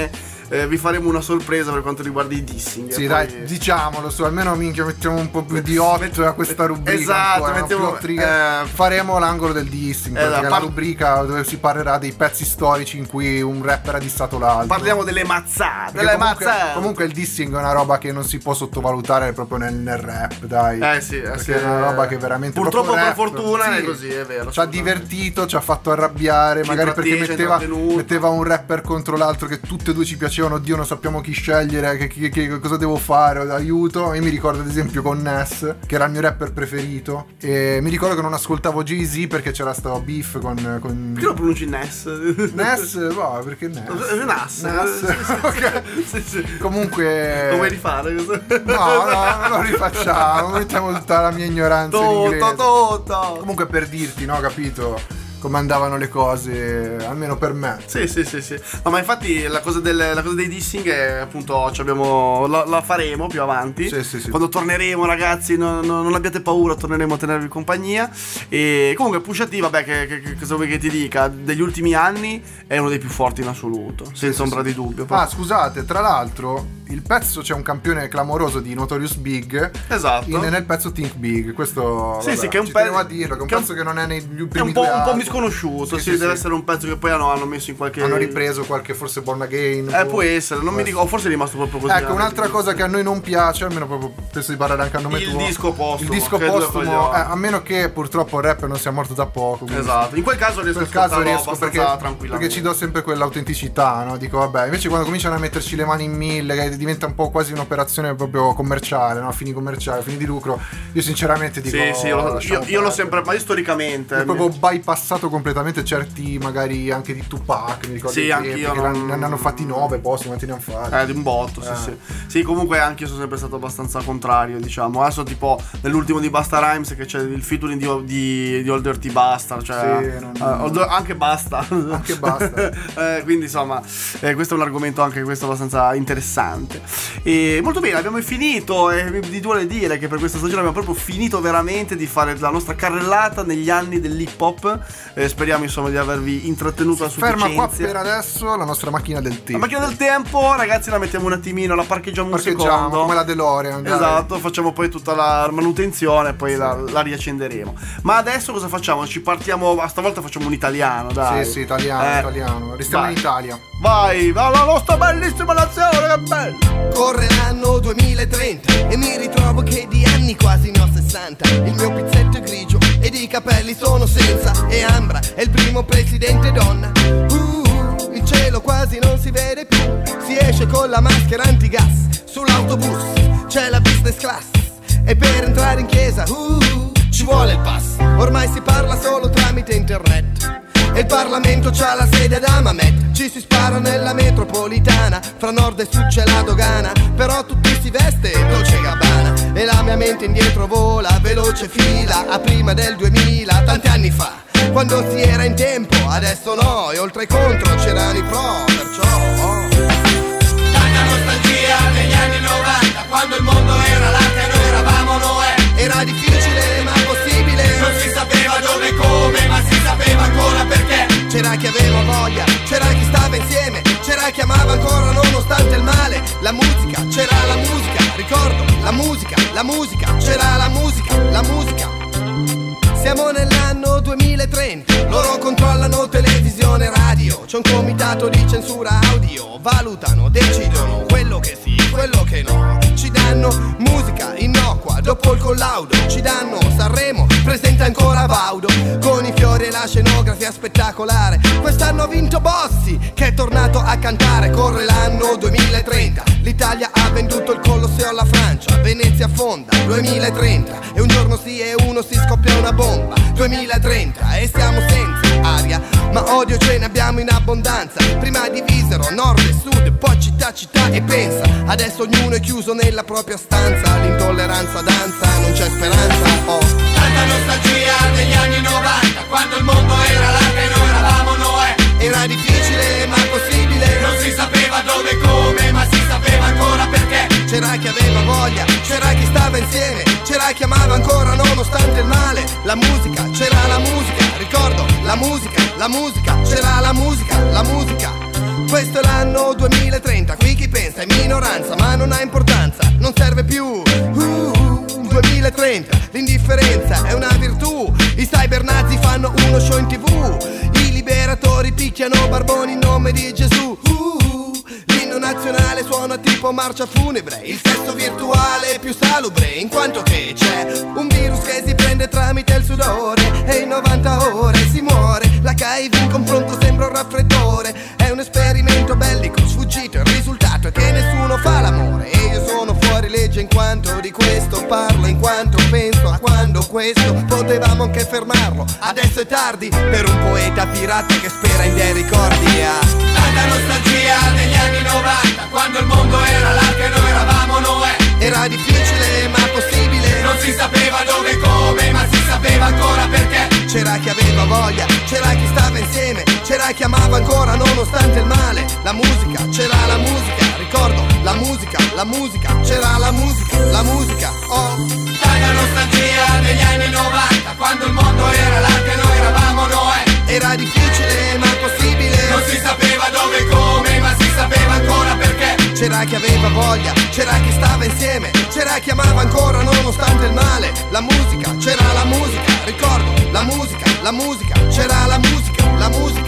eh, vi faremo una sorpresa per quanto riguarda i dissing. Sì, e dai, poi... diciamolo, su almeno minchia mettiamo un po' più di otto a questa rubrica. Esatto, ancora, mettiamo, no? Più eh, faremo l'angolo del dissing, eh, perché par- la rubrica dove si parlerà dei pezzi storici in cui un rapper ha dissato l'altro. Parliamo delle mazzate, Perché delle comunque, mazzate. comunque il dissing è una roba che non si può sottovalutare proprio nel, nel rap, dai. Eh sì, eh perché sì, è una roba che veramente purtroppo proprio per rap, fortuna sì, è così, è vero. ci ha divertito, ci ha fatto arrabbiare, Ci magari perché intrattiene, metteva, ci ha intrattenuto. metteva un rapper contro l'altro che tutte e due ci piacevano. Oddio, non sappiamo chi scegliere, che, che, che cosa devo fare, aiuto. Io mi ricordo ad esempio con Ness, che era il mio rapper preferito, e mi ricordo che non ascoltavo Jay-Z perché c'era sto beef con, con... Perché lo pronunci Ness? Ness? No, perché Ness? Nas. Nas. Ok. Sì, sì. Comunque Lo vuoi rifare? No, no, non lo rifacciamo, mettiamo tutta la mia ignoranza in inglese. Tutto, tutto. Comunque per dirti, no, capito? Come andavano le cose, almeno per me. Sì, sì, sì, sì. No, ma infatti la cosa, del, la cosa dei dissing è appunto ci abbiamo, la, la faremo più avanti. Sì, sì, sì. Quando torneremo, ragazzi, non, non, non abbiate paura, torneremo a tenervi compagnia. E comunque Pusha T, vabbè, che, che, che cosa vuoi che ti dica? Degli ultimi anni è uno dei più forti in assoluto, senza sì, ombra sì. di dubbio. Ah, scusate, tra l'altro il pezzo c'è un campione clamoroso di Notorious Big. Esatto. In, nel pezzo Think Big. Questo sì, vabbè, sì, che è un ci pezzo tenevo a dirlo, che è un che pezzo che non è nei primi è un po', due un po' album. misconosciuto. Sì, Sì, sì, deve sì. essere un pezzo che poi hanno, hanno messo in qualche. Hanno ripreso qualche forse Born Again. Eh, può essere, non può mi dico, o forse è rimasto proprio così. Ecco, un'altra cosa che a noi non piace, almeno proprio penso di parlare anche a nome Il tuo. disco postumo, Il disco che due postumo, voglio- eh, a meno che purtroppo il rap non sia morto da poco. quindi- Esatto, in quel caso riesco In quel a caso ascoltarlo riesco abbastanza perché, tranquillamente. perché ci do sempre quell'autenticità, no? Dico vabbè, invece quando cominciano a metterci le mani in mille, che diventa un po' quasi un'operazione proprio commerciale, no? Fini commerciali, fini di lucro, io sinceramente dico Sì, sì, io, lo- lasciamo io, io l'ho perdere. sempre, ma io storicamente Ho eh, proprio mi- bypassato completamente certi magari anche di Tupac, mi ricordo Sì, i tempi, anch'io che non- ne hanno fatti nove posti, quanti ne hanno fatti? Eh, di un botto, sì, Eh. sì. Sì, comunque anche io sono sempre stato abbastanza contrario, diciamo. Adesso tipo nell'ultimo di Basta Rhymes che c'è il featuring di, di, di Old Dirty Bastard, cioè Sì, non- eh, Old- anche Basta. Anche Basta. Eh, quindi insomma, eh, questo è un argomento anche questo abbastanza interessante. E molto bene, abbiamo finito e vi duole dire che per questa stagione abbiamo proprio finito veramente di fare la nostra carrellata negli anni dell'hip hop. Eh, speriamo insomma di avervi intrattenuto a Ferma sufficienza. qua per adesso la nostra macchina del La tempo. macchina del tempo, ragazzi, la mettiamo un attimino, la parcheggiamo un Parcheggiamo secondo. come la DeLorean. dai. Esatto, facciamo poi tutta la manutenzione e poi la, la riaccenderemo. Ma adesso cosa facciamo? Ci partiamo, stavolta facciamo un italiano, dai. Sì, sì, italiano, Eh, italiano. Restiamo vai. in Italia. Vai, va la nostra bellissima nazione, che bello! Corre l'anno duemilatrenta e mi ritrovo che di anni quasi ne ho sessanta. Il mio pizzetto è grigio ed i capelli sono senza. E Ambra è il primo presidente donna. Uh, il cielo quasi non si vede più. Si esce con la maschera antigas. Sull'autobus c'è la business class. E per entrare in chiesa uh, ci vuole il pass. Ormai si parla solo tramite internet. E il Parlamento c'ha la sede ad Amamet. Ci si spara nella metropolitana. Fra nord e sud c'è la dogana. Però tutti si veste Dolce Gabbana. E la mia mente indietro vola, veloce fila a prima del duemila, tanti anni fa, quando si era in tempo. Adesso no, e oltre ai contro c'erano i pro. Perciò oh. Tanta nostalgia degli anni novanta, quando il mondo era latte e noi eravamo Noè. Era difficile ma possibile. Non si sapeva dove e come, ma si sapeva ancora perché. C'era chi aveva voglia, c'era chi stava insieme, c'era chi amava ancora nonostante il male. La musica, c'era la musica, ricordo, la musica, la musica, c'era la musica, la musica. Siamo nell'anno duemilatrenta, loro controllano televisione e radio. C'è un comitato di censura audio, valutano, decidono quello che sì, quello che no. Ci danno musica innocua, dopo il collaudo. Ci danno Sanremo, presenta ancora Baudo, con i fiori e la scenografia spettacolare. Quest'anno ha vinto Bossi, che è tornato a cantare. Corre l'anno duemilatrenta, l'Italia ha venduto il Colosseo alla Francia. Venezia affonda, duemilatrenta, e un giorno sì e uno si scoppia una bomba. Duemilatrenta e siamo senza aria, ma odio ce ne abbiamo in abbondanza. Prima divisero nord e sud, poi città città e pensa. Adesso ognuno è chiuso nella propria stanza. L'intolleranza danza, non c'è speranza. Oh. Tanta nostalgia degli anni novanta, quando il mondo era latte e noi eravamo Noè. Era difficile ma possibile. Non si sapeva dove e come, ma si sapeva ancora perché. C'era chi aveva voglia, c'era chi stava insieme, c'era chi amava ancora nonostante il male. La musica, c'era la musica, ricordo, la musica, la musica, c'era la musica, la musica. Questo è l'anno duemilatrenta, qui chi pensa è minoranza, ma non ha importanza, non serve più. uh, duemilatrenta, l'indifferenza è una virtù. I cybernazi fanno uno show in tv, i liberatori picchiano barboni in nome di Gesù. uh, L'inno nazionale suona tipo marcia funebre. Il sesso virtuale è più salubre, in quanto che c'è un virus che si prende tramite il sudore, e in novanta ore si muore. L'H I V in confronto sembra un raffreddore, è un esperimento bellico sfuggito. Il risultato è che nessuno fa l'amore, e io sono fuori legge in quanto di questo parlo, in quanto penso a quando questo potevamo anche fermarlo. Adesso è tardi per un poeta pirata che spera in dei ricordi. ah. Tanta nostalgia degli anni novanta, quando il mondo era l'arca e noi eravamo Noè. Era difficile ma possibile, non si sapeva dove e come, ma si sapeva ancora perché. C'era chi aveva voglia, c'era chi stava insieme, c'era chi amava ancora nonostante il male. La musica, c'era la musica, ricordo la musica, la musica, c'era la musica, la musica, oh. Tanta nostalgia degli anni novanta, quando il mondo era l'arca e noi eravamo Noè. Era difficile ma possibile, non si sapeva dove e come, ma si sapeva ancora perché. C'era chi aveva voglia, c'era chi stava insieme, c'era chi amava ancora nonostante il male. La musica, c'era la musica, ricordo la musica, la musica, c'era la musica, la musica.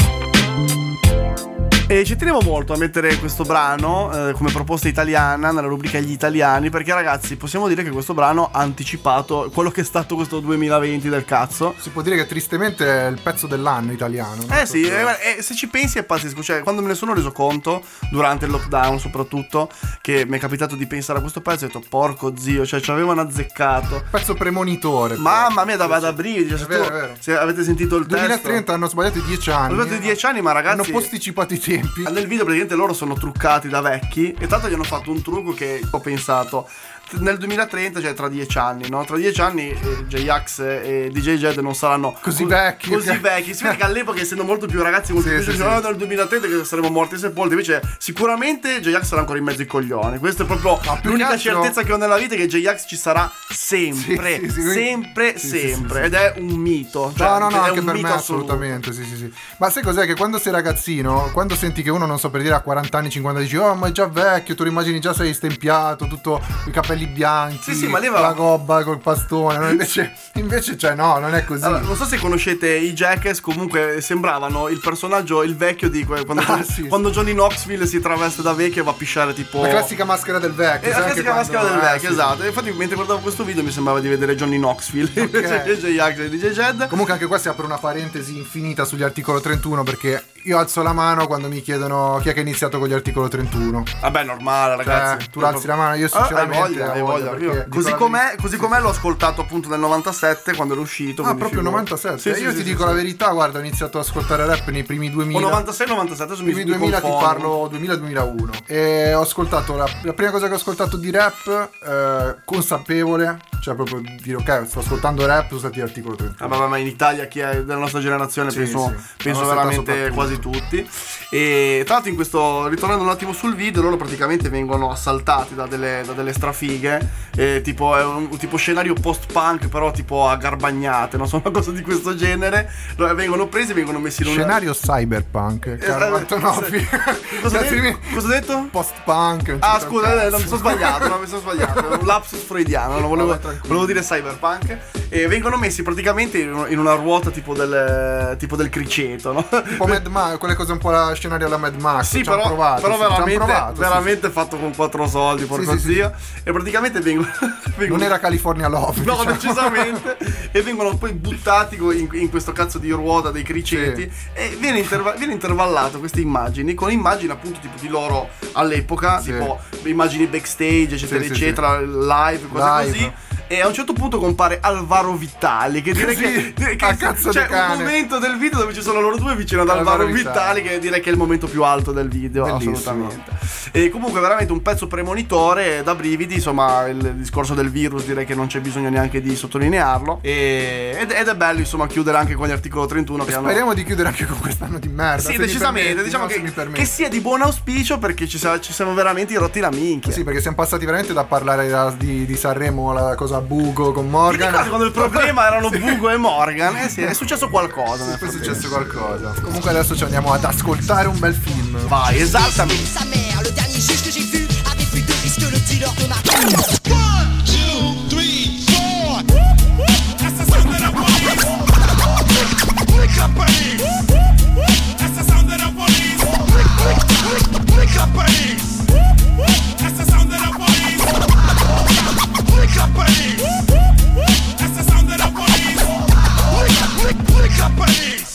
E ci tenevo molto a mettere questo brano eh, come proposta italiana nella rubrica Gli Italiani, perché ragazzi possiamo dire che questo brano ha anticipato quello che è stato questo duemilaventi del cazzo. Si può dire che tristemente è il pezzo dell'anno italiano. Eh sì, e, e se ci pensi è pazzesco, cioè quando me ne sono reso conto durante il lockdown soprattutto, che mi è capitato di pensare a questo pezzo, ho detto porco zio, cioè ci avevano azzeccato. Pezzo premonitore. Mamma mia, dava da brividi, cioè, è vero, tu, è vero. Se avete sentito il testo duemilatrenta hanno sbagliato i dieci anni. Hanno sbagliato i dieci anni, ma ragazzi hanno posticipato i tempi. Nel video praticamente loro sono truccati da vecchi, e tanto gli hanno fatto un trucco che ho pensato nel duemilatrenta, cioè tra dieci anni, no? Tra dieci anni eh, J-Ax e D J Jed non saranno così co- vecchi. Così che... vecchi. Si vede che all'epoca, essendo molto più ragazzi, molto sì, più sì, dicevano sì. nel duemilatrenta che saremmo morti sepolti. Invece sicuramente J-Ax sarà ancora in mezzo ai coglioni. Questa è proprio no, l'unica altro... certezza che ho nella vita, è che J-Ax ci sarà sempre, sì, sì, sì, sempre, sì, sempre. Sì, sì, Ed è un mito, cioè, no no no, è anche un per mito me assoluto. assolutamente sì, sì, sì. Ma sai cos'è? Che quando sei ragazzino, quando senti che uno, non so per dire, a quaranta anni, cinquanta, dici oh ma è già vecchio, tu lo immagini già sei stempiato, tutto i capelli bianchi, sì, sì, ma lì va... la gobba col pastone, no? invece, invece cioè no, non è così. Allora, non so se conoscete i Jackass, comunque sembravano il personaggio, il vecchio di que- quando, ah, sì, quando sì. Johnny Knoxville si traveste da vecchio e va a pisciare tipo la classica maschera del vecchio, eh, la classica maschera quando... del vecchio, eh, esatto. sì. E infatti mentre guardavo questo video mi sembrava di vedere Johnny Knoxville invece che J-Ax e D J Jed. Comunque anche qua si apre una parentesi infinita sugli articolo trentuno, perché io alzo la mano quando mi chiedono chi è che ha iniziato con gli articolo trentuno. Vabbè, normale, ragazzi. Cioè, tu alzi la mano, io sinceramente ah, hai voglia, hai voglia. Io, così com'è, così com'è l'ho ascoltato appunto nel novantasette quando era uscito. Ah, proprio novantasette. Sì, io sì, ti sì, dico sì, la sì. verità, guarda, ho iniziato ad ascoltare rap nei primi duemila. O novantasei novantasette, adesso nei mi, primi mi duemila ti confondo. parlo duemila duemilauno. E ho ascoltato la, la prima cosa che ho ascoltato di rap eh, consapevole, cioè proprio dire ok, sto ascoltando rap, sono stati l'articolo trentuno. Ah, ma, ma in Italia chi è della nostra generazione Sì, penso, sì. penso La nostra veramente età quasi tutti. E tra l'altro in questo, ritornando un attimo sul video, loro praticamente vengono assaltati da delle, da delle strafighe, eh, tipo è un tipo scenario post-punk però tipo a garbagnate, non so, una cosa di questo genere. Loro vengono presi e vengono messi in un Scenario cyberpunk, caro Eh, Antonoffi. Cosa, de- cosa ho detto? Post-punk. Ah scusa, eh, non mi sono sbagliato, no, mi sono sbagliato, un lapsus freudiano, no, volevo, volevo dire cyberpunk. E vengono messi praticamente in, in una ruota tipo del tipo del criceto, no? Tipo Mad Max, quelle cose un po' la scenario alla Mad Max. Sì, ci han però, provato, però sì, ci han veramente, provato, veramente sì, fatto con quattro soldi, porco sì, sì, zio. E praticamente vengono, vengono... Non era California Love. No, diciamo. decisamente. E vengono poi buttati in, in questo cazzo di ruota dei criceti. Sì. E viene, interva- viene intervallato queste immagini con immagini appunto tipo di loro all'epoca, Sì. tipo immagini backstage, eccetera, Sì, sì, eccetera, live, cose Live. così. E a un certo punto compare Alvaro Vitali, che direi Sì, che, che a cazzo c'è di cane. un momento del video dove ci sono loro due vicino ad Alvaro, Alvaro Vitali, Vitali, che direi che è il momento più alto del video. Bellissimo. Assolutamente. E comunque veramente un pezzo premonitore, da brividi. Insomma, il discorso del virus direi che non c'è bisogno neanche di sottolinearlo. E, ed, ed è bello insomma chiudere anche con gli articolo trentuno che hanno... Speriamo di chiudere anche con quest'anno di merda. Sì, se mi decisamente, permetti, diciamo no, se mi che, permetti. che sia di buon auspicio, perché ci, sa- ci siamo veramente rotti la minchia. Sì, perché siamo passati veramente da parlare da- di, di Sanremo alla cosa la Bugo con Ti Morgan. ricordi quando il problema erano Bugo e Morgan? Eh sì, è successo qualcosa. Sì, poi è successo qualcosa. Comunque adesso ci andiamo ad ascoltare un bel film. Vai, esaltami. Sa mère, le dernier juge que j'ai vu avait plus de risques que le dealer de ma one, two, three, four. That's the sound of the police. Wake up, police. That's the sound of the police. Wake up, police. That's the sound of the police. Wake up, police. That's the sound of the police. Wake up, police.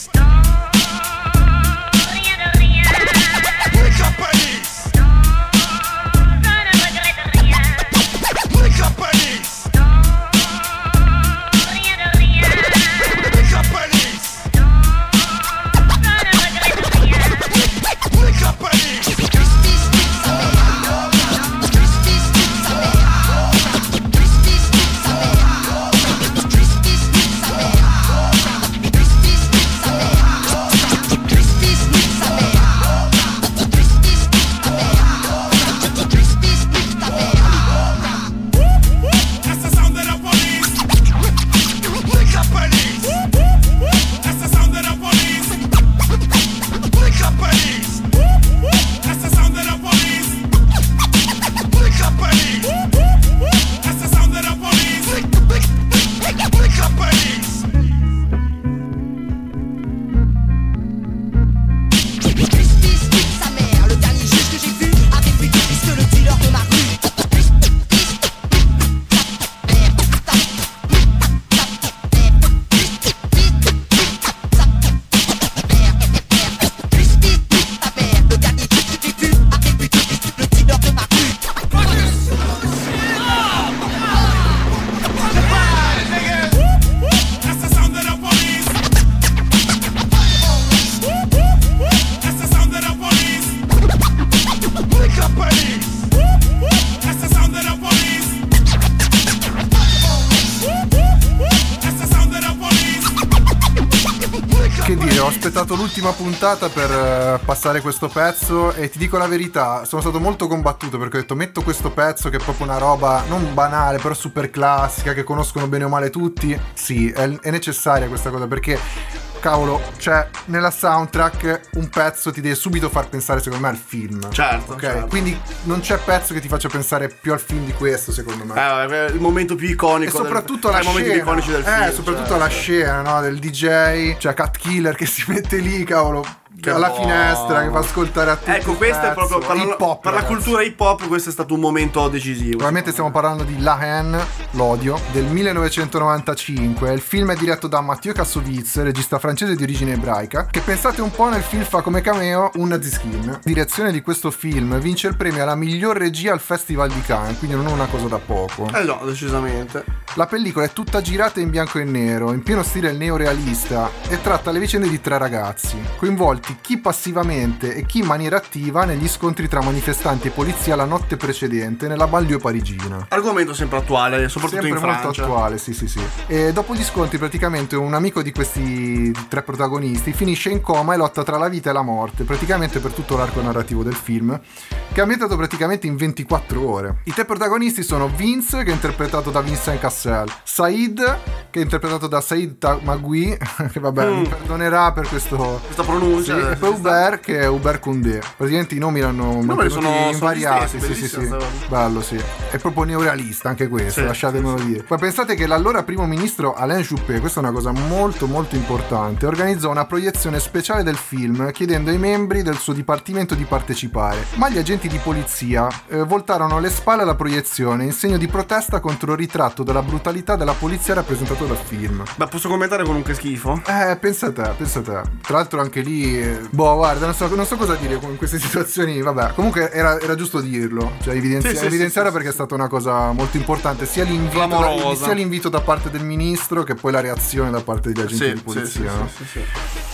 L'ultima puntata per uh, passare questo pezzo e ti dico la verità, sono stato molto combattuto perché ho detto metto questo pezzo che è proprio una roba non banale però super classica che conoscono bene o male tutti. Sì, è, è necessaria questa cosa perché cavolo, cioè nella soundtrack un pezzo ti deve subito far pensare secondo me al film. Certo, ok, certo. Quindi non c'è pezzo che ti faccia pensare più al film di questo secondo me. Eh, il momento più iconico e soprattutto del, la momenti più scena iconici del film. Eh, soprattutto cioè. la scena, no, del D J, cioè Cat Killer che si mette lì, cavolo, che alla buono. Finestra che fa ascoltare a tutti. Ecco, questo è proprio per, hip hop, per la cultura hip hop, questo è stato un momento decisivo. Probabilmente stiamo parlando di La Haine, l'odio, del millenovecentonovantacinque. Il film è diretto da Mathieu Kassovitz, regista francese di origine ebraica, che pensate un po' nel film fa come cameo un naziskin. Direzione di questo film vince il premio alla miglior regia al Festival di Cannes, quindi non è una cosa da poco. Eh no, decisamente. La pellicola è tutta girata in bianco e nero, in pieno stile neorealista, e tratta le vicende di tre ragazzi, coinvolti chi passivamente e chi in maniera attiva negli scontri tra manifestanti e polizia la notte precedente nella banlieue parigina. Argomento sempre attuale, soprattutto sempre in Francia. Molto attuale, sì sì sì. E dopo gli scontri praticamente un amico di questi tre protagonisti finisce in coma e lotta tra la vita e la morte, praticamente per tutto l'arco narrativo del film, che è ambientato praticamente in ventiquattro ore. I tre protagonisti sono Vince, che è interpretato da Vincent Cassel, Said, che è interpretato da Said Tamagui, che vabbè mm. mi perdonerà per questo questa pronuncia, sì, e poi Hubert, che è Hubert Koundé. Praticamente i nomi erano no, sono invariati, sono sì, sì, sì. Stessa. Bello, sì. È proprio neorealista anche questo, sì, lasciatemelo sì, dire. sì. Poi pensate che l'allora primo ministro Alain Juppé, questa è una cosa molto molto importante, organizzò una proiezione speciale del film chiedendo ai membri del suo dipartimento di partecipare, ma gli agenti di polizia eh, voltarono le spalle alla proiezione in segno di protesta contro il ritratto della brutalità della polizia rappresentato dal film. Ma posso commentare con un che schifo? Eh, pensa a te, pensa a te. Tra l'altro anche lì, eh, boh, guarda, non so, non so cosa dire in queste situazioni, vabbè, comunque era, era giusto dirlo, cioè evidenzi- sì, sì, evidenziare sì, perché sì, è stata una cosa molto importante, sia l'invito, da, sia l'invito da parte del ministro che poi la reazione da parte degli agenti sì, di polizia. sì, no? sì, sì, sì.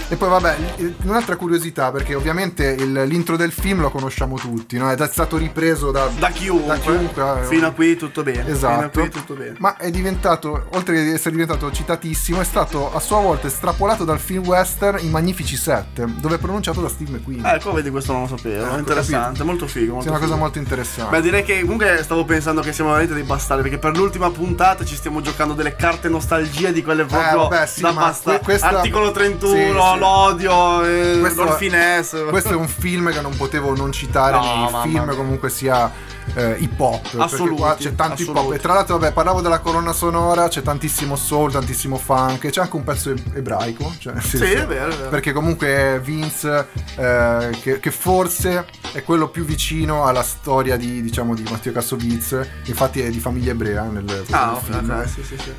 E poi vabbè, un'altra curiosità, perché ovviamente il, l'intro del film lo conosciamo tutti, no? È stato ripreso da, da chiunque, da chiunque fino a qui tutto bene. Esatto. Fino a qui tutto bene. Ma è diventato, oltre ad essere diventato citatissimo, è stato a sua volta estrapolato dal film western I Magnifici Sette, dove è pronunciato da Steve McQueen. Ecco, vedi, questo non lo sapevo. Ecco, interessante, capito? molto figo. Molto Sì, è una figo. cosa molto interessante. Beh, direi che comunque stavo pensando che siamo veramente dei bastardi, perché per l'ultima puntata ci stiamo giocando delle carte nostalgia di quelle proprio eh, vabbè, sì, da ma bastardi. que- questa... Articolo trentuno, sì, sì. l'odio, eh, questo, l'orfinesse. Questo è un film che non potevo non citare No, nei mamma film mia. comunque sia eh, hip hop. Perché Assoluti, qua c'è tanto hip hop. assoluti. E tra l'altro, vabbè, parlavo della colonna sonora, c'è tantissimo soul, tantissimo funk, e c'è anche un pezzo e- ebraico. Cioè, nel Sì, senso- è vero, è vero. Perché comunque Vince, eh, che, che forse è quello più vicino alla storia di, diciamo, di Matteo Kassovitz, infatti è di famiglia ebrea nel, Ah, nel ok, film. ok, sì, sì, sì.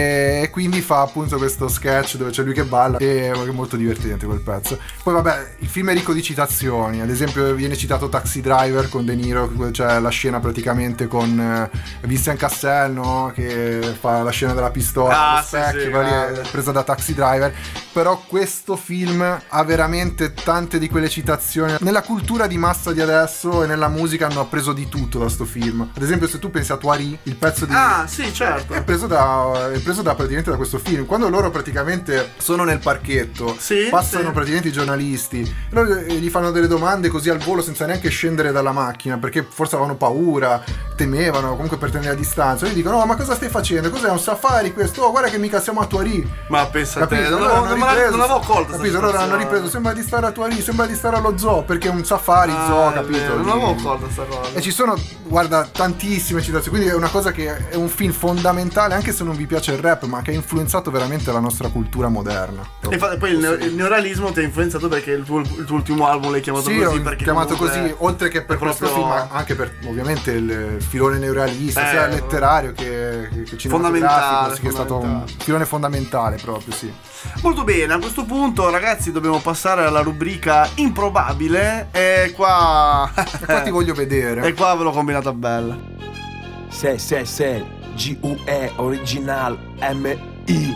E quindi fa appunto questo sketch dove c'è lui che balla, e è molto divertente quel pezzo. Poi vabbè, il film è ricco di citazioni, ad esempio viene citato Taxi Driver con De Niro, c'è la scena praticamente con eh, Vincent Cassel, no? Che fa la scena della pistola, Ah, lo sì, specchio, sì, quella lì grande. è presa da Taxi Driver. Però questo film ha veramente tante di quelle citazioni. Nella cultura di massa di adesso e nella musica hanno preso di tutto da sto film. Ad esempio, se tu pensi a Tuari, il pezzo di... Ah, sì, certo. È preso da, è preso da praticamente da questo film. Quando loro praticamente sono nel parchetto, Sì, passano sì. praticamente i giornalisti, loro gli fanno delle domande così al volo senza neanche scendere dalla macchina, perché forse avevano paura, temevano comunque per tenere a distanza. E gli dicono: no, ma cosa stai facendo? Cos'è, un safari questo? Oh, guarda che mica siamo a Tuari. Ma pensa a te, Capito? non, Allora non, hanno non, me la- ripreso- non l'avevo colta. Capito? Allora hanno ripreso, sembra di stare a Tuari, sembra di stare allo zoo, perché è un safari zoo, capito? Non Di- l'avevo colta sta cosa. E ci sono, guarda, tantissime citazioni. Quindi è una cosa che è un film fondamentale, anche se non vi piace il rap, ma che ha influenzato veramente la nostra cultura moderna. E fa- poi il, neo- il neorealismo ti ha influenzato perché il tuo, il tuo ultimo album l'hai chiamato Sì, così. ho Perché chiamato comunque così, oltre che per è questo proprio- film, ma anche per ovviamente il filone neorealista, Eh, sia letterario che, che cinematografico, fondamentale, sì, che è stato un fondamentale. filone fondamentale proprio, sì. Molto bene, a questo punto ragazzi dobbiamo passare alla rubrica improbabile. E qua... E qua ti voglio vedere. E qua ve l'ho combinata bella. Se, se, se, G U E, original, M I.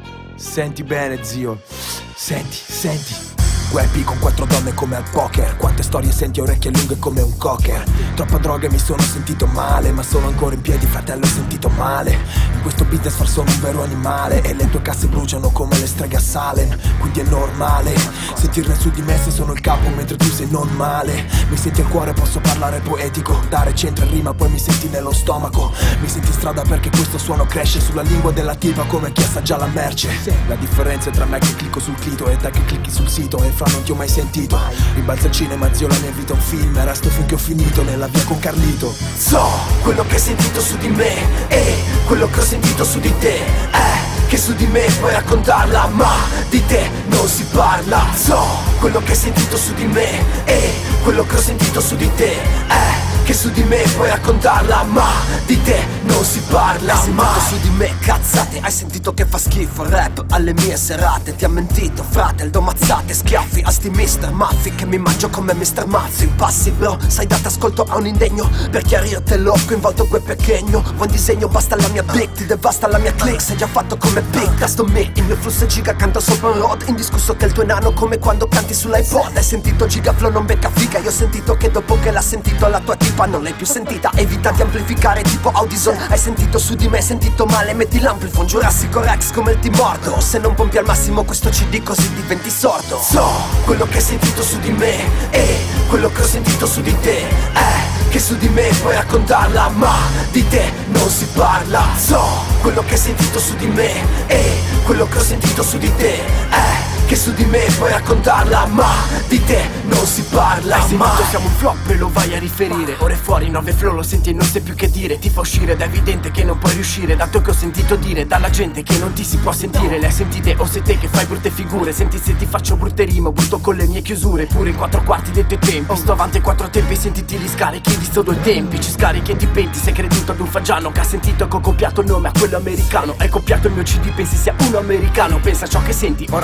Senti bene, zio. Senti, senti. Gueppi con quattro donne come al poker. Quante storie senti a orecchie lunghe come un cocker. Troppa droga e mi sono sentito male, ma sono ancora in piedi, fratello, ho sentito male. In questo business far sono un vero animale, e le tue casse bruciano come le streghe a Salem. Quindi è normale sentirne su di me se sono il capo mentre tu sei non male. Mi senti al cuore, posso parlare poetico, dare centro e rima, poi mi senti nello stomaco. Mi senti in strada perché questo suono cresce sulla lingua della tipa come chi assaggia la merce. La differenza è tra me che clicco sul clito e te che clicchi sul sito, e fra non ti ho mai sentito. Rimbalzo al cinema, zio, la mia vita è un film, e resto finché ho finito nella via con Carlito. So quello che hai sentito su di me, e quello che ho sentito su di te, eh, che su di me puoi raccontarla, ma di te non si parla. So quello che hai sentito su di me, e quello che ho sentito su di te, eh, che su di me puoi raccontarla, ma di te non si parla. Hai sentito mai su di me cazzate, hai sentito che fa schifo il rap alle mie serate. Ti ha mentito frate, do mazzate, schiaffi a sti mister Maffi che mi mangio come mister Mazzi. Passi bro, sai date ascolto a un indegno, per chiarirti l'ho coinvolto quel pequeño. Buon disegno, basta la mia big, ti devasta la mia click. Sei già fatto come big, tasto me, il mio flusso è giga, canto sopra un road. Indiscusso che il tuo è nano come quando canti sull'iPod. Hai sentito gigaflow, non becca figa. Io ho sentito che dopo che l'ha sentito la tua tipa non l'hai più sentita. Evita di amplificare tipo Audison. Hai sentito su di me, hai sentito male, metti l'amplifon. Jurassico Rex come il T-Mordo. Se non pompi al massimo questo C D così diventi sordo. So quello che hai sentito su di me, e quello che ho sentito su di te, eh, che su di me puoi raccontarla, ma di te non si parla. So quello che hai sentito su di me, e quello che ho sentito su di te, eh, che su di me puoi raccontarla, ma di te non si parla. Hai sentito mai. Siamo un flop e lo vai a riferire. Ora è fuori, nove flow, lo senti e non sai più che dire. Ti fa uscire ed è evidente che non puoi riuscire, dato che ho sentito dire dalla gente che non ti si può sentire. Le hai sentite o sei te che fai brutte figure? Senti se ti faccio brutte rime, butto con le mie chiusure. Pure in quattro quarti dei tuoi tempi, sto avanti ai quattro tempi, sentiti li scarichi, visto due tempi. Ci scarichi e ti penti, sei creduto ad un fagiano che ha sentito che ho copiato il nome a quello americano. Hai copiato il mio C D, pensi sia uno americano. Pensa a ciò che senti, ora che hai sentito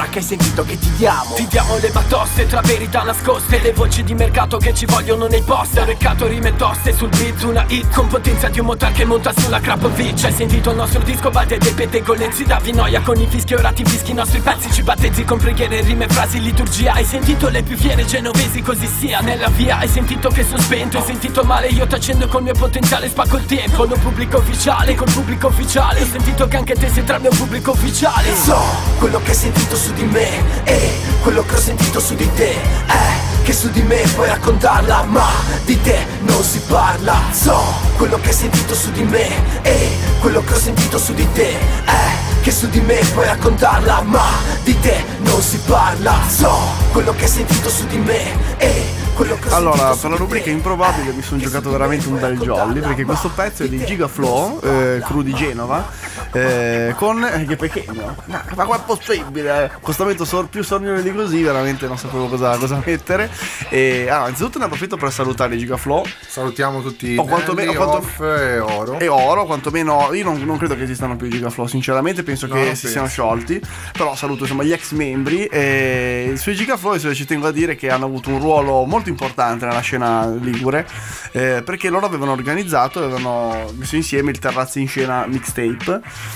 sentito che ti diamo. Ti diamo le batoste tra verità nascoste, le voci di mercato che ci vogliono nei post. Ho reccato rime toste sul beat, una hit con potenza di un motor che monta sulla crap beat. Hai sentito il nostro disco, batte dei pettegolezzi, davi noia con i fischi, ora ti fischi i nostri pezzi. Ci battezzi con preghiere, rime, frasi, liturgia. Hai sentito le più fiere genovesi, così sia nella via. Hai sentito che sono spento, hai sentito male, io t'accendo col mio potenziale, spacco il tempo. Non pubblico ufficiale, col pubblico ufficiale. Ho sentito che anche te sei tra il mio pubblico ufficiale. So quello che hai sentito su di me e quello che ho sentito su di te è che su di me puoi raccontarla, ma di te non si parla. So quello che hai sentito su di me e quello che ho sentito su di te è che su di me puoi raccontarla, ma di te non si parla. So quello che hai sentito su di me e quello che ho allora, sentito per su la di rubrica te. improbabile mi sono giocato veramente un bel jolly, perché questo pezzo è di Gigaflow, eh, crew di Genova, eh, con eh, che pequeno. Ma, ma qua è possibile? Eh? Costamento sor- più sornione di così, veramente non sapevo cosa, cosa mettere. E allora, innanzitutto ne approfitto per salutare Gigaflow. Salutiamo tutti o quantomeno, Nelly, quanto, Off e Oro. E Oro, quantomeno io non, non credo che esistano più i Gigaflow, sinceramente penso No, che non si penso. siano sciolti. Però saluto insomma gli ex membri. E sui Gigaflow ci tengo a dire che hanno avuto un ruolo molto importante nella scena ligure, eh, perché loro avevano organizzato, avevano messo insieme il Terrazzi in Scena mixtape,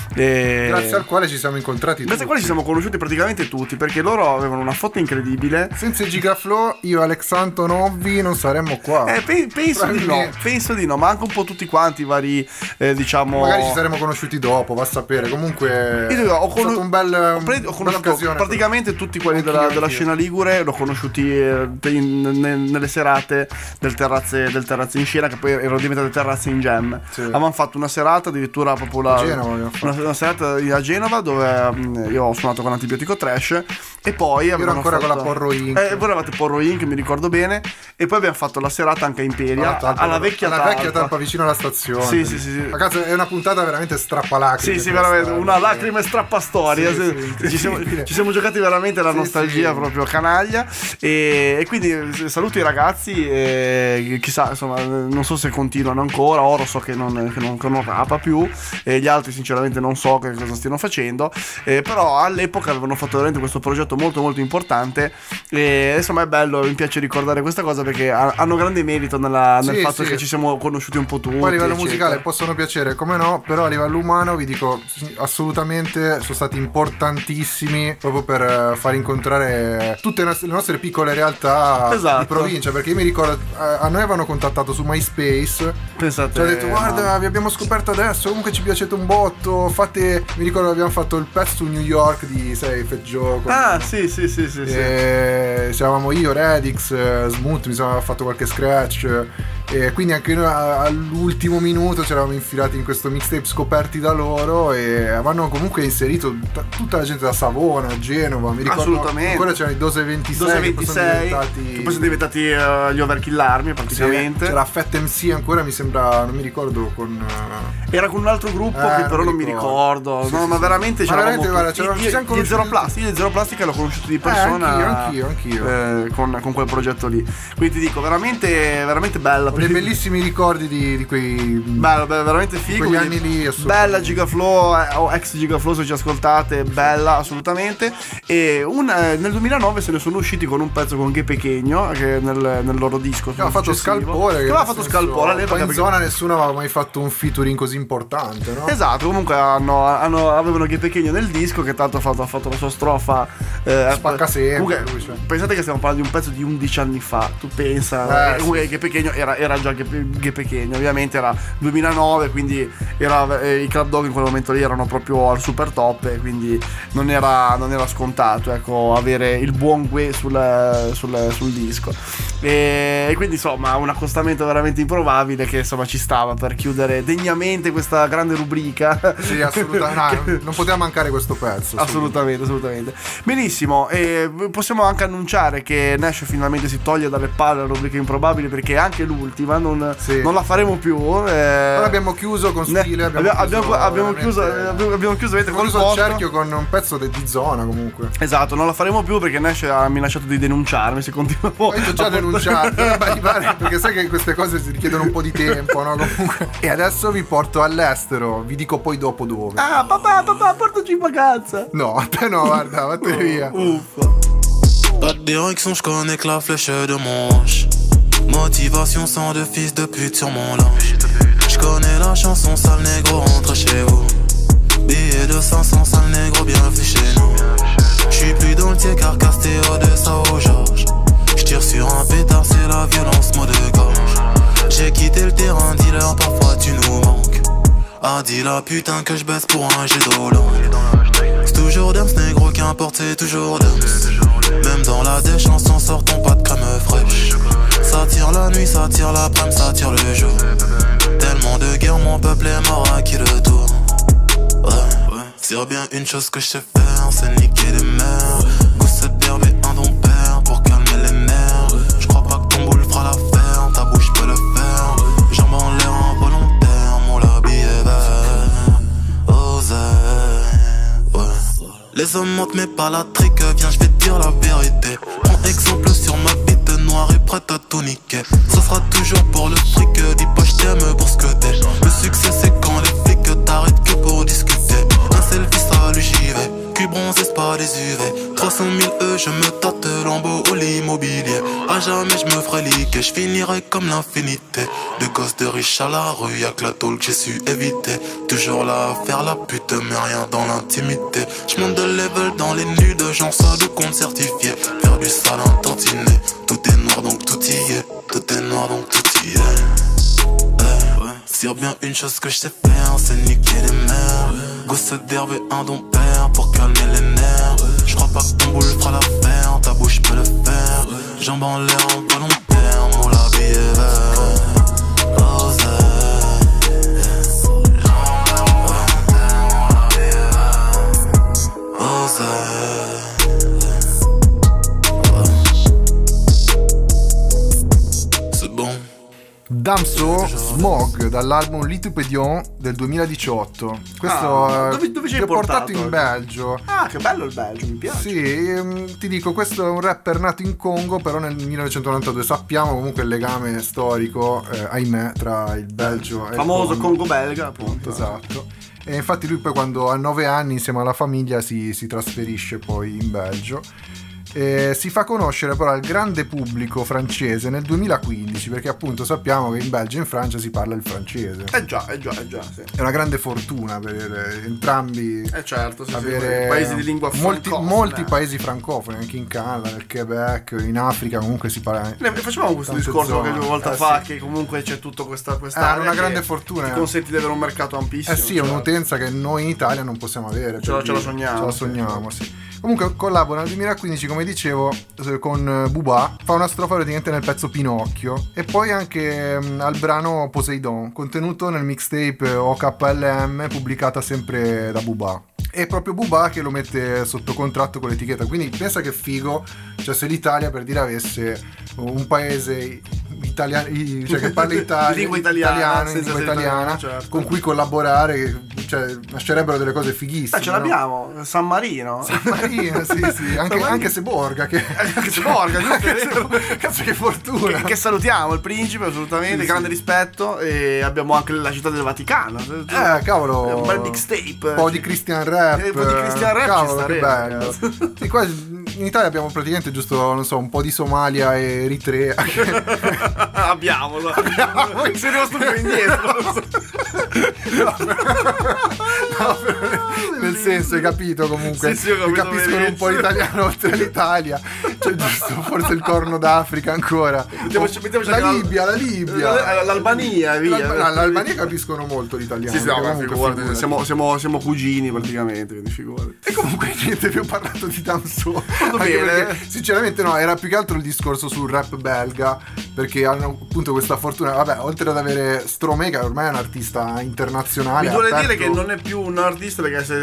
e Grazie al quale ci siamo incontrati grazie al quale ci siamo conosciuti praticamente tutti, perché loro avevano una foto incredibile. Senza i Gigaflow io e Alex Antonovi non saremmo qua. Eh, pe- penso di no, penso di no, ma anche un po' tutti quanti i vari, eh, diciamo. Magari ci saremmo conosciuti dopo, va a sapere. Comunque Io ho è stato un bel, ho pre- ho bella conosciuto occasione. praticamente tutti quelli Anch'io, della, della anch'io. scena ligure, l'ho conosciuti eh, in- ne- nelle serate del terrazze, del terrazze in Scena, che poi erano diventate terrazze in Jam. Sì. Avevamo fatto una serata addirittura proprio la, A Genova abbiamo fatto. una, una serata a Genova dove mh, io ho suonato con Antibiotico Trash, e poi ero avevano ancora fatto, con la Porro Inc. Eh, voi eravate Porro Inc, mi ricordo bene, e poi abbiamo fatto la serata anche a Imperia, Alla, alla vecchia alla talpa. vecchia talpa vicino alla stazione. Sì, sì, sì, sì. Ragazzi, è una puntata veramente strappalacrime. Sì, sì, questa. veramente una lacrima e strappastoria. Sì, Sì, sì, ci, siamo, incredibile. ci siamo giocati veramente la Sì, nostalgia sì. proprio canaglia. E, e quindi saluto i ragazzi. E chissà, insomma, non so se continuano ancora. Oro so che non, che non, che non rapa più. E gli altri, sinceramente, non so che cosa stiano facendo. Eh, però all'epoca avevano fatto veramente questo progetto molto, molto importante. E insomma, è bello. Mi piace ricordare questa cosa perché ha- hanno grande merito nella- nel Sì, fatto sì. che ci siamo conosciuti un po' tutti. Poi a livello eccetera. musicale possono piacere, come no, però a livello umano vi dico sì, assolutamente sono stati importantissimi proprio per eh, far incontrare tutte le nostre- le nostre piccole realtà Esatto. di provincia, perché io mi ricordo eh, a noi avevano contattato su MySpace. Pensate, Ci ha detto guarda, no. vi abbiamo scoperto adesso, comunque ci piacete un botto, fate, mi ricordo abbiamo fatto il pezzo su New York di sai Fat Joe con- Ah, sì, sì, sì, sì, sì. e siamo io, Redix, eh, Smooth, mi sembrava fatto qualche scratch, e quindi anche noi a- all'ultimo minuto ci eravamo infilati in questo mixtape scoperti da loro, e avevano comunque inserito t- tutta la gente da Savona, Genova, mi ricordo Assolutamente. ancora c'erano i Dose ventisei, Dose che poi sono ventisei, diventati, che poi sono diventati eh, gli Overkill Army sì, praticamente. c'era Fat M C ancora, mi sembra, non mi ricordo con eh, Era con un altro gruppo Eh, che però non non mi mi ricordo. ricordo. Sì, No, sì, ma sì. veramente Ma c'eravamo veramente, guarda, tutti. c'eravamo- ci Io, siamo gli conosciuti Zero tutti. Plastica, gli Zero Plastica l'ho conosciuto di persona. anch'io, anch'io, anch'io. eh, con, con quel progetto lì. Quindi ti dico, veramente, veramente bella. dei bellissimi ricordi di, di quei Bello, bello, veramente figo. quegli quindi anni lì, assolutamente. bella Gigaflow, eh, o ex Gigaflow se ci ascoltate, bella assolutamente. E un, eh, nel duemilanove se ne sono usciti con un pezzo con Ghe Pechegno, che nel, nel loro disco che aveva fatto successivo. Scalpore, Che nel aveva fatto senso, Scalpore all'epoca, poi in perché- zona nessuno aveva mai fatto un featuring così importante, no? Esatto, comunque hanno, hanno- avevano Ghe Pechegno nel disco, che tanto ha fatto, ha fatto la sua strofa. eh, Spacca sempre, comunque, lui, cioè. pensate che stiamo parlando di un pezzo di undici anni fa. Tu pensa, Eh, eh, comunque sì. Ghe Pechegno era, era già Ghe, Ghe Pechegno, ovviamente era duemilanove, quindi era, eh, i Club Dog in quel momento lì erano proprio al super top, e quindi non era, non era scontato, ecco, avere il buon Gue sul, sul, sul disco. E, e quindi insomma un accostamento veramente improbabile che insomma ci stava per chiudere degnamente questa grande rubrica. Sì, assolutamente. No, non poteva mancare questo pezzo. Assolutamente, assolutamente. Benissimo, e possiamo anche annunciare che Nash finalmente si toglie dalle palle la rubrica improbabili, perché anche lui ultima, non, Sì. non la faremo più. Eh, Ora abbiamo chiuso con ne- stile. Abbiamo, abbiamo, chiuso, abbiamo, abbiamo veramente- chiuso, abbiamo, abbiamo chiuso, vedete, col chiuso il posto. cerchio con un pezzo de- di zona comunque. Esatto, non la faremo più perché Nash ha minacciato di denunciarmi se continuavo. Poi ti ho già a portare- denunciato, eh, mi pare, perché sai che queste cose si richiedono un po' di tempo, no? Comunque. E adesso vi porto all'estero, vi dico poi dopo dove. Ah, papà, papà, portaci in vacanza. No, a te no, guarda, vattene via. Pas de direction, je connais que la flèche de manche. Motivation sans de fils de pute sur mon linge. Je connais la chanson, sale négro, rentre chez vous. Billet de cinq cents, sale négro, bienvenue chez nous. J'suis plus dans le tiers carcasse, t'es Odessa au Georges. J'tire sur un pétard, c'est la violence, mot de gorge. J'ai quitté le terrain, dealer, parfois tu nous manques. Ah, dis la putain que j'baisse pour un jet d'eau. C'est toujours Dams, négro, qu'importe, c'est toujours Dams. Même dans la dèche, en s'en sortant pas de crème fraîche. Ça tire la nuit, ça tire l'après-midi, ça tire le jour. Tellement de guerre, mon peuple est mort à qui le tour. Ouais, ouais. C'est bien une chose que je sais faire, c'est niquer les mères. Gousset d'herbe et un don père pour calmer les nerfs. Je crois pas que ton boule fera l'affaire, ta bouche peut le faire. Jambes en l'air involontaire, mon habit est vert. Osez, ouais. Les hommes mentent mais pas la trique, viens je vais te dire la vérité. Prends exemple sur ma bite noire et prête à tout niquer. Ça sera toujours pour le fric, dis pas je t'aime pour ce que t'es. Le succès c'est quand les flics t'arrêtent que pour discuter. Un selfie salut j'y vais, cul bronzé c'est pas des U V. Trois cent mille E je me tâte Lambeau ou l'immobilier. À jamais je me ferai liquer, je finirai comme l'infinité. De gosses de riches à la rue, y'a que la tôle que j'ai su éviter. Toujours là à faire la pute mais rien dans l'intimité. Je monte de level dans les nudes, j'en sors de compte certifié. Faire du sale un tantinet, tout est noir donc tout y est. Tout est noir donc tout y est. Eh, ouais. C'est bien une chose que je sais faire, c'est niquer les mères. Gosse d'herbe et un don père pour calmer les nerfs. Je crois pas que ton boule fera l'affaire, ta bouche peut le faire. Jambes en l'air involontaire, mon habit est vert. Osez. C'est bon. Damso Smog dall'album Litupedion del duemiladiciotto. Questo Ah, eh, dove- dove ci hai ti ho portato portato? in Belgio. Ah, che bello il Belgio, mi piace. Sì, ehm, ti dico, questo è un rapper nato in Congo, però nel millenovecentonovantadue. Sappiamo comunque il legame storico, eh, ahimè, tra il Belgio e il Famoso Congo. Congo belga, appunto. Esatto. E infatti lui poi quando ha nove anni insieme alla famiglia si, si trasferisce poi in Belgio. E si fa conoscere però al grande pubblico francese nel duemilaquindici, perché appunto sappiamo che in Belgio e in Francia si parla il francese. Eh già, eh già, eh già, sì. È una grande fortuna per eh, entrambi Eh certo, sì, sì, avere paesi di lingua molti, francofona. molti paesi francofoni, anche in Canada, nel Quebec, in Africa comunque si parla. Ne facevamo questo tante discorso zone. qualche volta Eh, fa, sì. che comunque c'è tutto questa questa Eh, area una che grande fortuna. ti consente di avere un mercato ampissimo. Eh sì, è cioè. un'utenza che noi in Italia non possiamo avere. Ce la- per ce la dire. sogniamo, Ce la sì. sogniamo, sì. Comunque collabora nel duemilaquindici, come dicevo, eh, con Booba. Fa una strofa praticamente nel pezzo Pinocchio. E poi anche mh, al brano Poseidon, contenuto nel mixtape O K L M, pubblicata sempre da Booba. È proprio Booba che lo mette sotto contratto con l'etichetta. Quindi pensa che figo, cioè se l'Italia, per dire, avesse un paese italiano, cioè che parla Italia, Di lingua italiana, italiano, senza lingua essere italiana, italiano, certo. con cui collaborare, cioè nascerebbero delle cose fighissime. Eh, ce no? l'abbiamo, San Marino. San Marino, sì, sì, anche, anche se Borga, che Anche se Borga, giusto, è vero. cazzo che fortuna. Che, che salutiamo, il principe, assolutamente, Sì, grande sì. rispetto. E abbiamo anche la città del Vaticano. Eh, cavolo. È un bel mixtape. Un po' di Christian rap. Eh, un po' di Christian rap ci Cavolo, che starebbe, bello. ragazzi. Sì, qua in Italia abbiamo praticamente giusto, non so, un po' di Somalia e Eritrea. Abbiamolo. Abbiamo. Sei rimasto più indietro. non so. No, però nel senso, hai capito comunque. Sì, sì, ho che capito capiscono un po' benissimo. l'italiano oltre all'Italia. Cioè, giusto, forse il Corno d'Africa ancora. Mettiamoci- mettiamoci la anche la- Libia, la Libia. L'Albania, via. L'Alba- L'Albania capiscono molto l'italiano. Sì, sì, no, perché ma comunque figurati, figurati. siamo, siamo, siamo cugini praticamente, quindi figurati. E comunque niente, vi ho parlato di Damso. Anche bene. perché sinceramente no, era più che altro il discorso sul rap belga, perché hanno appunto questa fortuna. Vabbè, oltre ad avere Stromae, che ormai è un artista internazionale. Mi vuole aperto- dire che non è più un artista perché si è ritirato.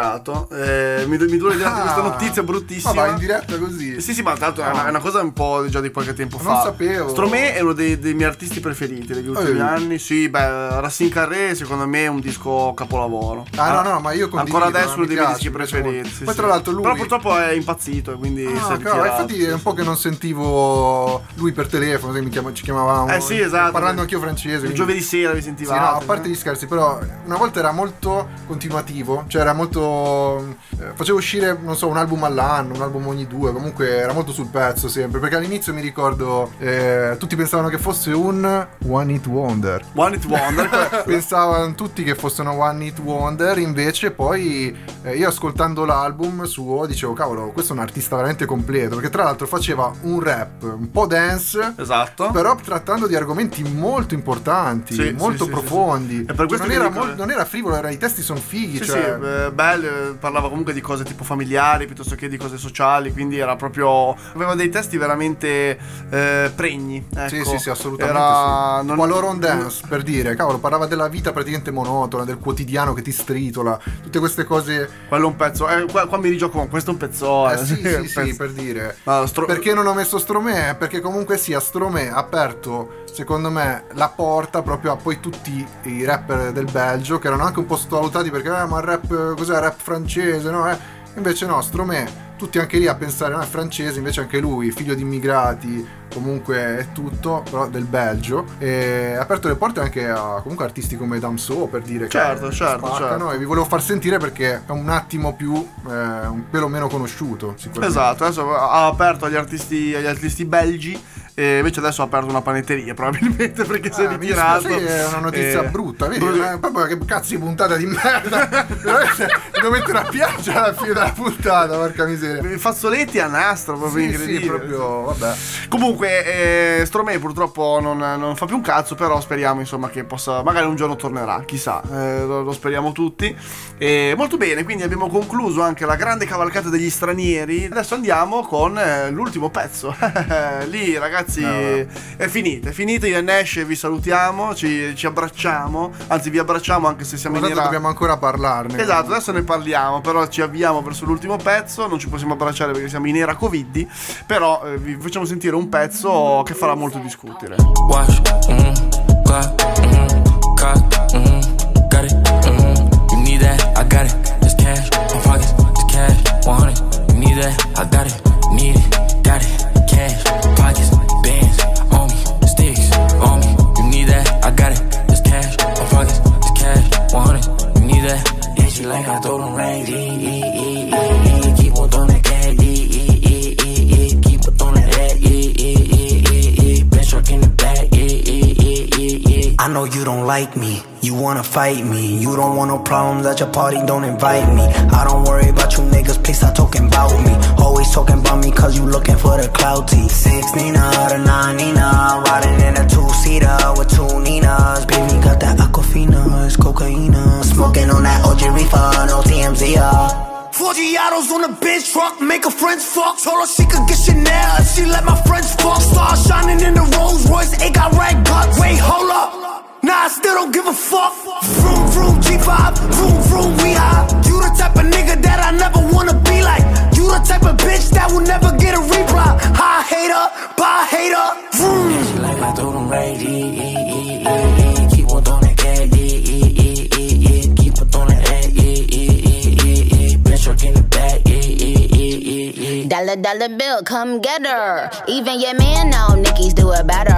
imparato. Eh, mi, mi duole dire Ah. questa notizia bruttissima. Ma va in diretta così. Sì, sì, ma tra l'altro è, una, è una cosa un po' già di qualche tempo Non fa. sapevo. Stromae è uno dei, dei miei artisti preferiti degli ultimi Eh. anni. Sì, beh, Racine Carré secondo me è un disco capolavoro. Ah, no, no, ma io condivido, ancora adesso mi uno dei miei piace, dischi mi piace preferiti. molto. sì, Poi sì. tra l'altro lui- Però purtroppo è impazzito e quindi si Ah, è cavolo, ritirato. infatti è un po' che non sentivo lui per telefono, sai, mi chiama- ci chiamavamo. Eh sì, esatto. Parlando anch'io francese. Il quindi- giovedì sera vi Sì, sentivate. no, a parte gli scherzi, però una volta era molto continuativo, cioè era molto eh, faceva uscire, non so, un album all'anno, un album ogni due, comunque era molto sul pezzo sempre, perché all'inizio mi ricordo eh, tutti pensavano che fosse un One Hit Wonder. One Hit Wonder. Pensavano tutti che fosse un One Hit Wonder, invece poi eh, io ascoltando l'album suo dicevo cavolo, questo è un artista veramente completo, perché tra l'altro faceva un rap un po' dance, esatto, però trattando di argomenti molto importanti, Sì, molto sì, sì, profondi. sì, sì. E per Cioè, questo non, che era dico- mol- non era frivolo, era, i testi sono fighi, Sì, cioè, sì, eh, bello, eh, parlava comunque di cose tipo familiari piuttosto che di cose sociali, quindi era proprio, aveva dei testi veramente eh, pregni, ecco. Sì, sì, sì, assolutamente era, sì. non- Tipo Loro on Dance, per dire, cavolo, parlava della vita praticamente monotona, del quotidiano che ti stritola, tutte queste cose. Quello è un pezzo, eh, qua, qua mi rigioco, ma questo è un pezzone. Eh, sì, sì, sì, Pezzo. per dire. No, Stro- Perché non ho messo Stromae? Perché comunque sia Stromae ha aperto, secondo me, la porta proprio a poi tutti i rapper del Belgio, che erano anche un po' sottovalutati perché eh, ma il rap, cos'è, rap francese, no? Eh? Invece no, Stromae, tutti anche lì a pensare, no, è francese, invece anche lui, figlio di immigrati, comunque è tutto, però del Belgio, e ha aperto le porte anche a comunque artisti come Damso, per dire, Certo, che certo, spaccano, certo. e vi volevo far sentire perché è un attimo più, eh, un pelo meno conosciuto, sicuramente. Esatto, adesso ha aperto agli artisti, agli artisti belgi. E invece adesso ha aperto una panetteria probabilmente perché si è Ah, mi ritirato. dispiace, è una notizia Eh, brutta, vedi? bru- Eh, proprio che cazzo di puntata di merda. Veramente, devo mettere a piangere alla fine della puntata, porca miseria. I fazzoletti a nastro, proprio Sì, incredibile. sì, proprio, vabbè. Comunque, eh, Stromae purtroppo non, non fa più un cazzo, però speriamo insomma che possa, magari un giorno tornerà, chissà, eh, lo, lo speriamo tutti. E molto bene, quindi abbiamo concluso anche la grande cavalcata degli stranieri. Adesso andiamo con eh, l'ultimo pezzo. Lì, ragazzi, No. è finita, è finita. Io e Nash vi salutiamo, ci, ci abbracciamo, anzi vi abbracciamo anche se siamo Ma in tanto era... dobbiamo ancora parlarne. Esatto, adesso ne parliamo, però ci avviamo verso l'ultimo pezzo, non ci possiamo abbracciare perché siamo in era Covid, però eh, vi facciamo sentire un pezzo che farà molto discutere. Watch, mm, Glock, mm, cock, mm, got it, mm, you need that, I got it, this cash, my pockets, this cash, one hundred, you need that, I got it, need it, got it, cash, pockets, bands, on me, sticks, on me, you need that, I got it, this cash, my pockets, this cash, one hundred, you need that, yeah, she like I throw them rings, yeah, yeah, yeah, yeah, yeah, keep on throwing that cash, yeah, yeah, yeah, yeah, yeah, keep on throwing that, yeah, yeah, yeah, yeah, yeah, yeah, bitch truck in the back, yeah, yeah, yeah, yeah, yeah. I know you don't like me, you wanna fight me, you don't want no problems at your party, don't invite me. I don't worry about you niggas, please stop talking about me. Always talking about me cause you looking for the clouty. Six Nina, the nine Nina, riding in a two-seater with two Ninas. Baby got that Aquafina, it's cocaina. Smoking on that O G reefer, no T M Z, uh. Four Giottos on a bench truck, make her friends fuck. Told her she could get Chanel if she let my friends fuck. Stars shining in the Rolls Royce, it got red guts. Wait, hold up, nah, I still don't give a fuck. Vroom, vroom, G five, vroom, vroom, we high. You the type of nigga that I never wanna be like. You the type of bitch that will never get a reply. High hater, bye hater, vroom. Yeah, she like I throw them right, yeah, yeah, yeah, yeah, yeah. Keep on throwing that cat, yeah, yeah, yeah, yeah, yeah. Keep on throwing that, yeah, yeah, yeah, yeah, yeah. Bitch truck in the back, yeah, yeah, yeah, yeah, yeah. Dollar, dollar bill, come get her. Even your man know Nicki's do it better.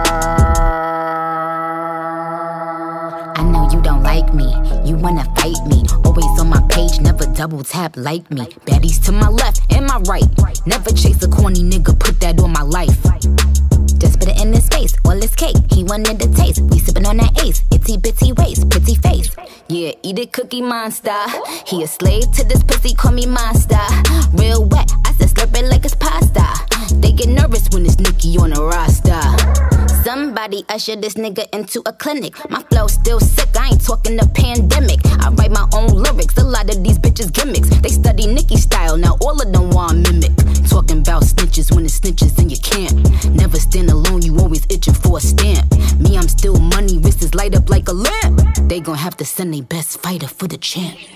I know you don't like me, you wanna fight me. Always on my page, never double tap like me. Baddies to my left and my right. Never chase a corny nigga, put that on my life. Just put it in his face, all his cake. He wanted the taste. We sippin' on that ace, itty bitty waist, pretty face. Yeah, eat it, Cookie Monster. He a slave to this pussy, call me monster. Real wet, I said slurp it like it's pasta. They get nervous when it's Nicki on the roster. Somebody usher this nigga into a clinic. My flow still sick, I ain't talking the pandemic. I write my own lyrics, a lot of these bitches gimmicks. They study Nicki style, now all of them want mimic. Talking about snitches when it's snitches in your camp. Never stand alone, you always itching for a stamp. Me, I'm still money, wrists light up like a lamp. They gon' have to send their best fighter for the champ.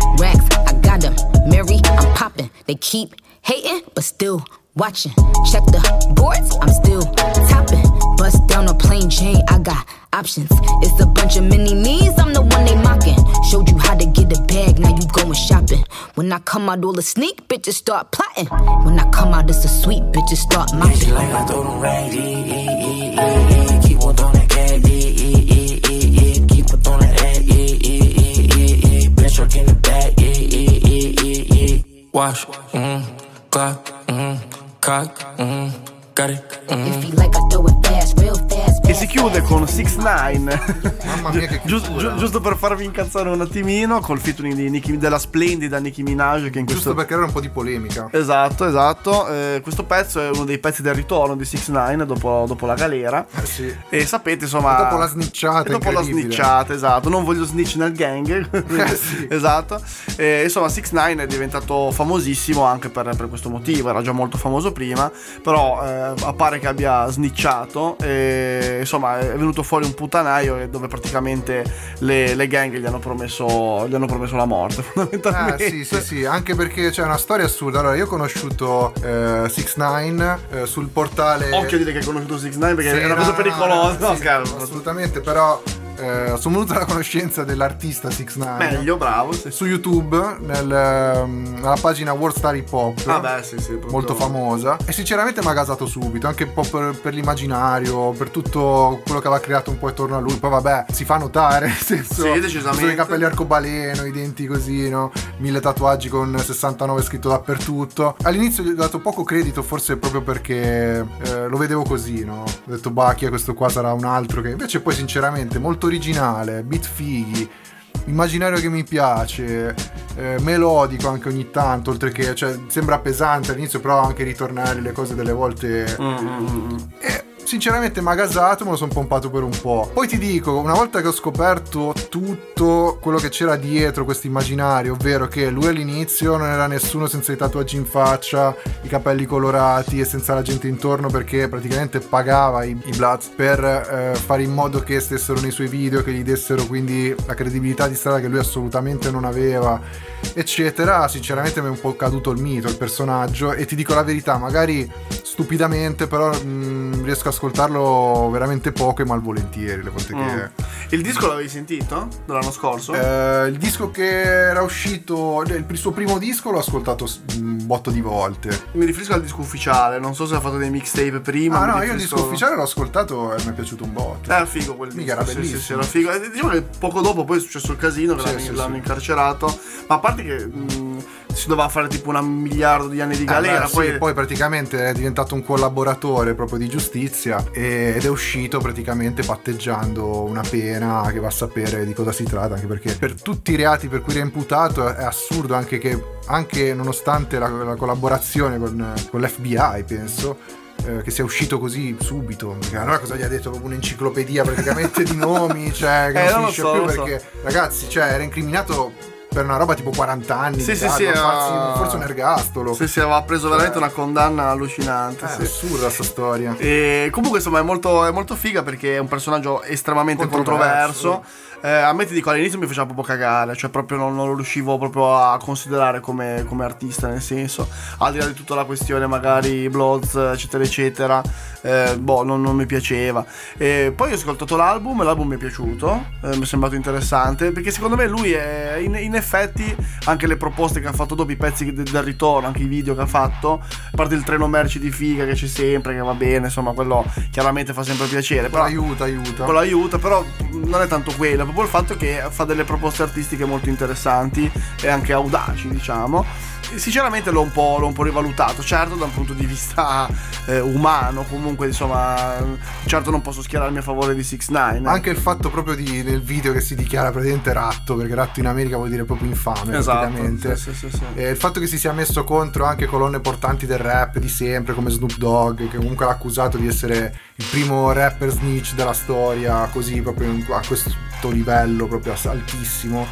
Racks, I got them. Mary, I'm popping. They keep hating, but still watching. Check the boards, I'm still topping. Bust down a plain Jane, I got options. It's a bunch of mini me's, I'm the one they mocking. Showed you how to get a bag, now you going shopping. When I come out, all the sneak bitches start plotting. When I come out, it's a sweet bitches start mopping. Like I throw them rags, yeah, yeah, yeah, yeah, yeah. Keep on throwing that gas, yeah, yeah, yeah, yeah, yeah. Keep on throwing that ass, yeah, yeah, yeah, yeah, yeah. Bitch truck in the back, yeah, yeah, yeah, yeah, yeah. Wash, mm-hmm, clock, mm-hmm, cock, mm-hmm, got it, mm-hmm. If you like, I throw it fast, real fast. E si chiude con six nine. Mamma mia che Giusto, giu- giusto per farvi incazzare un attimino, col featuring di Nicki, della splendida Nicki Minaj, che in Giusto questo... per creare un po' di polemica. Esatto, esatto. Eh, questo pezzo è uno dei pezzi del ritorno di six nine dopo, dopo la galera. Eh sì. E sapete, insomma... E dopo la snitchata. E dopo la incredibile. snitchata, esatto. Non voglio snitch nel gang. Eh sì. Esatto. E, insomma, six nine è diventato famosissimo anche per, per questo motivo. Era già molto famoso prima, però eh, appare che abbia snitchato. E, insomma, è venuto fuori un puttanaio dove praticamente le, le gang gli hanno promesso gli hanno promesso la morte, fondamentalmente. Eh sì, sì, sì, anche perché c'è una storia assurda. Allora, io ho conosciuto eh, six nine eh, sul portale. Occhio a dire che hai conosciuto six nine perché Sì, è una no, cosa no, pericolosa. no, No, sì, scherzo. assolutamente, però eh, sono venuto alla conoscenza dell'artista six nine. Meglio, bravo. Sì. Su YouTube, nel, ehm, nella pagina World Star Hip Hop. Ah beh, sì, sì, proprio. Molto famosa. E sinceramente mi ha gasato subito, anche un po' per, per l'immaginario, per tutto quello che aveva creato un po' attorno a lui. Poi vabbè, si fa notare, nel senso, Sì, decisamente. i capelli arcobaleno, i denti così, no? Mille tatuaggi con sessantanove scritto dappertutto. All'inizio gli ho dato poco credito, forse proprio perché eh, lo vedevo così, no? Ho detto, bah, chi è questo qua? Sarà un altro che... Invece poi sinceramente molto originale, beat fighi, immaginario che mi piace, eh, melodico anche ogni tanto, oltre che, cioè, sembra pesante all'inizio, però anche ritornare le cose delle volte... Mm-hmm. Eh, sinceramente mi ha gasato, me lo sono pompato per un po'. Poi ti dico, una volta che ho scoperto tutto quello che c'era dietro questo immaginario, ovvero che lui all'inizio non era nessuno senza i tatuaggi in faccia, i capelli colorati e senza la gente intorno, perché praticamente pagava i, i Bloods per eh, fare in modo che stessero nei suoi video, che gli dessero quindi la credibilità di strada che lui assolutamente non aveva, eccetera. Sinceramente mi è un po' caduto il mito, il personaggio, e ti dico la verità, magari stupidamente, però mh, riesco a ascoltarlo veramente poco e malvolentieri le volte Mm. che... Il disco l'avevi sentito dell'anno scorso? Eh, il disco che era uscito, il, il suo primo disco l'ho ascoltato s- un botto di volte. Mi riferisco al disco ufficiale, non so se ha fatto dei mixtape prima. Ah mi no, io il riferisco- disco ufficiale l'ho ascoltato e mi è piaciuto un botto. Era figo quel Mica, disco. era sì, sì, bellissimo. sì, era figo. E diciamo che poco dopo poi è successo il casino, che Sì, l'hanno, sì, l'hanno sì. incarcerato. Ma a parte che mh, si doveva fare tipo un miliardo di anni di galera. Eh, beh, poi... sì, poi praticamente è diventato un collaboratore proprio di giustizia e- ed è uscito praticamente patteggiando una pena che va a sapere di cosa si tratta, anche perché per tutti i reati per cui è imputato è assurdo anche che, anche nonostante la, la collaborazione con, con l'F B I, penso, eh, che sia uscito così subito, perché allora cosa gli ha detto? Proprio un'enciclopedia praticamente di nomi, cioè che Eh, non non lo finisce so, più, non lo so. perché ragazzi, cioè era incriminato per una roba tipo quaranta anni, Sì, di sì, caso, sì, a farsi era- forse un ergastolo. Sì, sì, aveva preso veramente una condanna allucinante. È sì. assurda sta storia. E comunque insomma è molto, è molto figa perché è un personaggio estremamente Controverso. controverso. Eh, a me ti dico, all'inizio mi faceva proprio cagare, cioè proprio non, non lo riuscivo proprio a considerare come, come artista, nel senso, al di là di tutta la questione magari Bloods eccetera eccetera, eh, boh, non, non mi piaceva. E poi ho ascoltato l'album e l'album mi è piaciuto, eh, mi è sembrato interessante perché secondo me lui è in, in effetti anche le proposte che ha fatto dopo, i pezzi de- del ritorno, anche i video che ha fatto, a parte il treno merci di figa che c'è sempre, che va bene, insomma quello chiaramente fa sempre piacere, però aiuta, aiuta. quello aiuta, però non è tanto quello, è proprio il fatto che fa delle proposte artistiche molto interessanti e anche audaci, diciamo. E sinceramente l'ho un po', l'ho un po' rivalutato, certo da un punto di vista eh, umano, comunque insomma, certo non posso schierarmi a favore di six nine. Eh. Anche il fatto proprio di, nel video che si dichiara praticamente ratto, perché ratto in America vuol dire proprio infame, Esatto, praticamente. sì, sì, sì, sì. E il fatto che si sia messo contro anche colonne portanti del rap di sempre, come Snoop Dogg, che comunque l'ha accusato di essere il primo rapper snitch della storia, così proprio a questo livello proprio altissimo.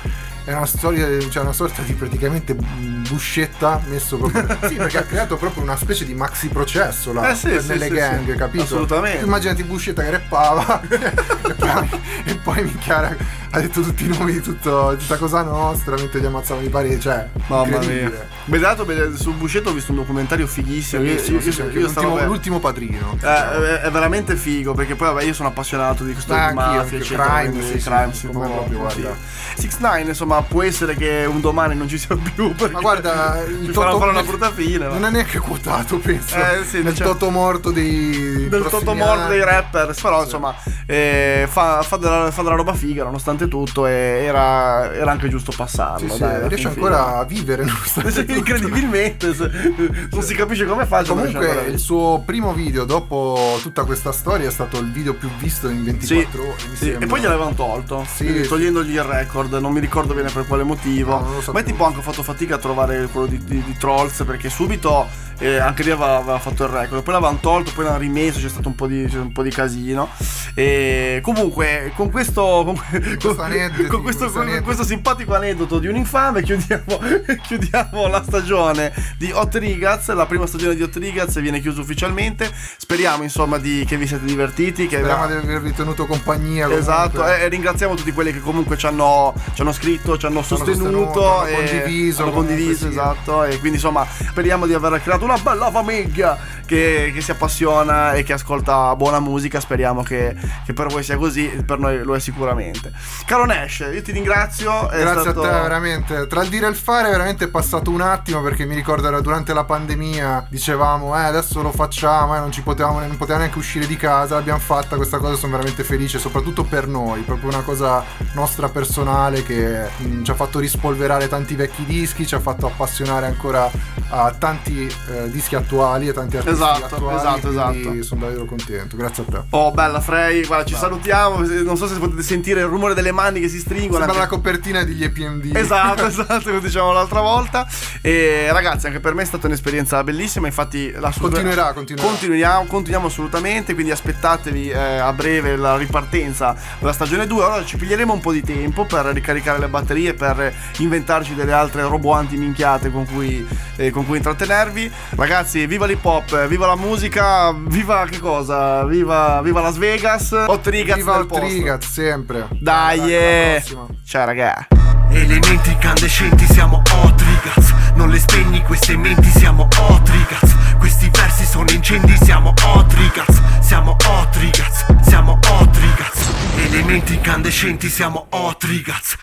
è una storia, cioè una sorta di praticamente Buscetta messo proprio. Sì, perché ha creato proprio una specie di maxi processo là, eh sì, per sì, nelle sì, gang, sì. capito? Assolutamente. Tu immaginati Buscetta che rappava e poi, e poi minchiara, ha detto tutti i nomi di tutto, tutta Cosa Nostra mentre gli ammazzavano i pari, cioè mamma mia. Bedato, su Buscetta ho visto un documentario fighissimo. Bellissimo, io, io, sì, io, sì, io stavo l'ultimo, l'ultimo Padrino. Eh, è, è veramente figo, perché poi vabbè io sono appassionato di questo Ah, di anch'io, mafia, anche eccetera, crime, quindi sì, crime, sì, sì, come proprio, guarda. sei nove insomma può essere che un domani non ci sia più, perché Ma guarda, ci il faranno Toto fare una brutta fine. non è neanche quotato, penso. Eh, sì, nel cioè, Toto morto dei del Toto morto dei rappers, però sì. insomma eh, fa, fa, della, fa della roba figa nonostante tutto, e era, era anche giusto passarlo. Sì, dai, sì, riesce ancora fine. a vivere nonostante tutto. Incredibilmente, non si capisce come fa. Comunque il suo primo video dopo tutta questa storia è stato il video più visto in ventiquattro sì, ore, mi sì. E poi gliel'avevano tolto, sì, togliendogli il record, non mi ricordo bene per quale motivo. No, so ma tipo anche ho fatto fatica a trovare quello di, di, di Trolls, perché subito eh, anche lì aveva, aveva fatto il record, poi l'avevano tolto, poi l'hanno rimesso, c'è stato un po' di, c'è un po' di casino. E comunque con questo con, con, aneddoti, con, questo, con questo simpatico aneddoto di un infame chiudiamo, chiudiamo la stagione di Hot Rigaz. La prima stagione di Hot Rigaz viene chiusa ufficialmente. Speriamo insomma di, che vi siete divertiti, che speriamo aveva... di aver ritenuto compagnia comunque. Esatto, e ringraziamo tutti quelli che comunque ci hanno, ci hanno scritto, ci hanno sostenuto, hanno condiviso, hanno condiviso sì. Esatto, e quindi insomma speriamo di aver creato una bella famiglia che, che si appassiona e che ascolta buona musica. Speriamo che, che per voi sia così, per noi lo è sicuramente. Caro Nash, io ti ringrazio. È grazie stato... a te veramente, tra il dire e il fare veramente è passato un attimo, perché mi ricordo era durante la pandemia, dicevamo eh adesso lo facciamo, eh, non ci potevamo, non potevamo neanche uscire di casa, l'abbiamo fatta questa cosa, sono veramente felice, soprattutto per noi, proprio una cosa nostra personale che mh, ci ha fatto rispolverare tanti vecchi dischi, ci ha fatto appassionare ancora a tanti eh, dischi attuali e tanti artisti esatto, attuali, esatto, quindi esatto. sono davvero contento, grazie a te. Oh bella Frey, guarda, ci Beh. salutiamo, non so se potete sentire il rumore delle mani che si stringono. Sembra anche... la copertina degli E P M D. Esatto, esatto, come dicevamo l'altra volta. E ragazzi, anche per me è stata un'esperienza bellissima, infatti la super... continuerà, continuerà. Continuiamo, continuiamo assolutamente, quindi aspettatevi eh, a breve la ripartenza della stagione due. Allora ci piglieremo un po' di tempo per ricaricare le batterie, per inventarci delle altre roboanti minchiate con cui, eh, con cui intrattenervi. Ragazzi, viva l'hip hop, viva la musica, viva che cosa? Viva, viva Las Vegas, Hot Rigaz viva nel Hot Rigaz sempre. Dai, dai, eh. Ciao ragazzi. Elementi incandescenti, siamo Hot Rigaz. Non le spegni queste menti, siamo Hot Rigaz. Questi versi sono incendi, siamo Hot Rigaz. Siamo Hot Rigaz, siamo Hot Rigaz. Elementi incandescenti, siamo Hot Rigaz.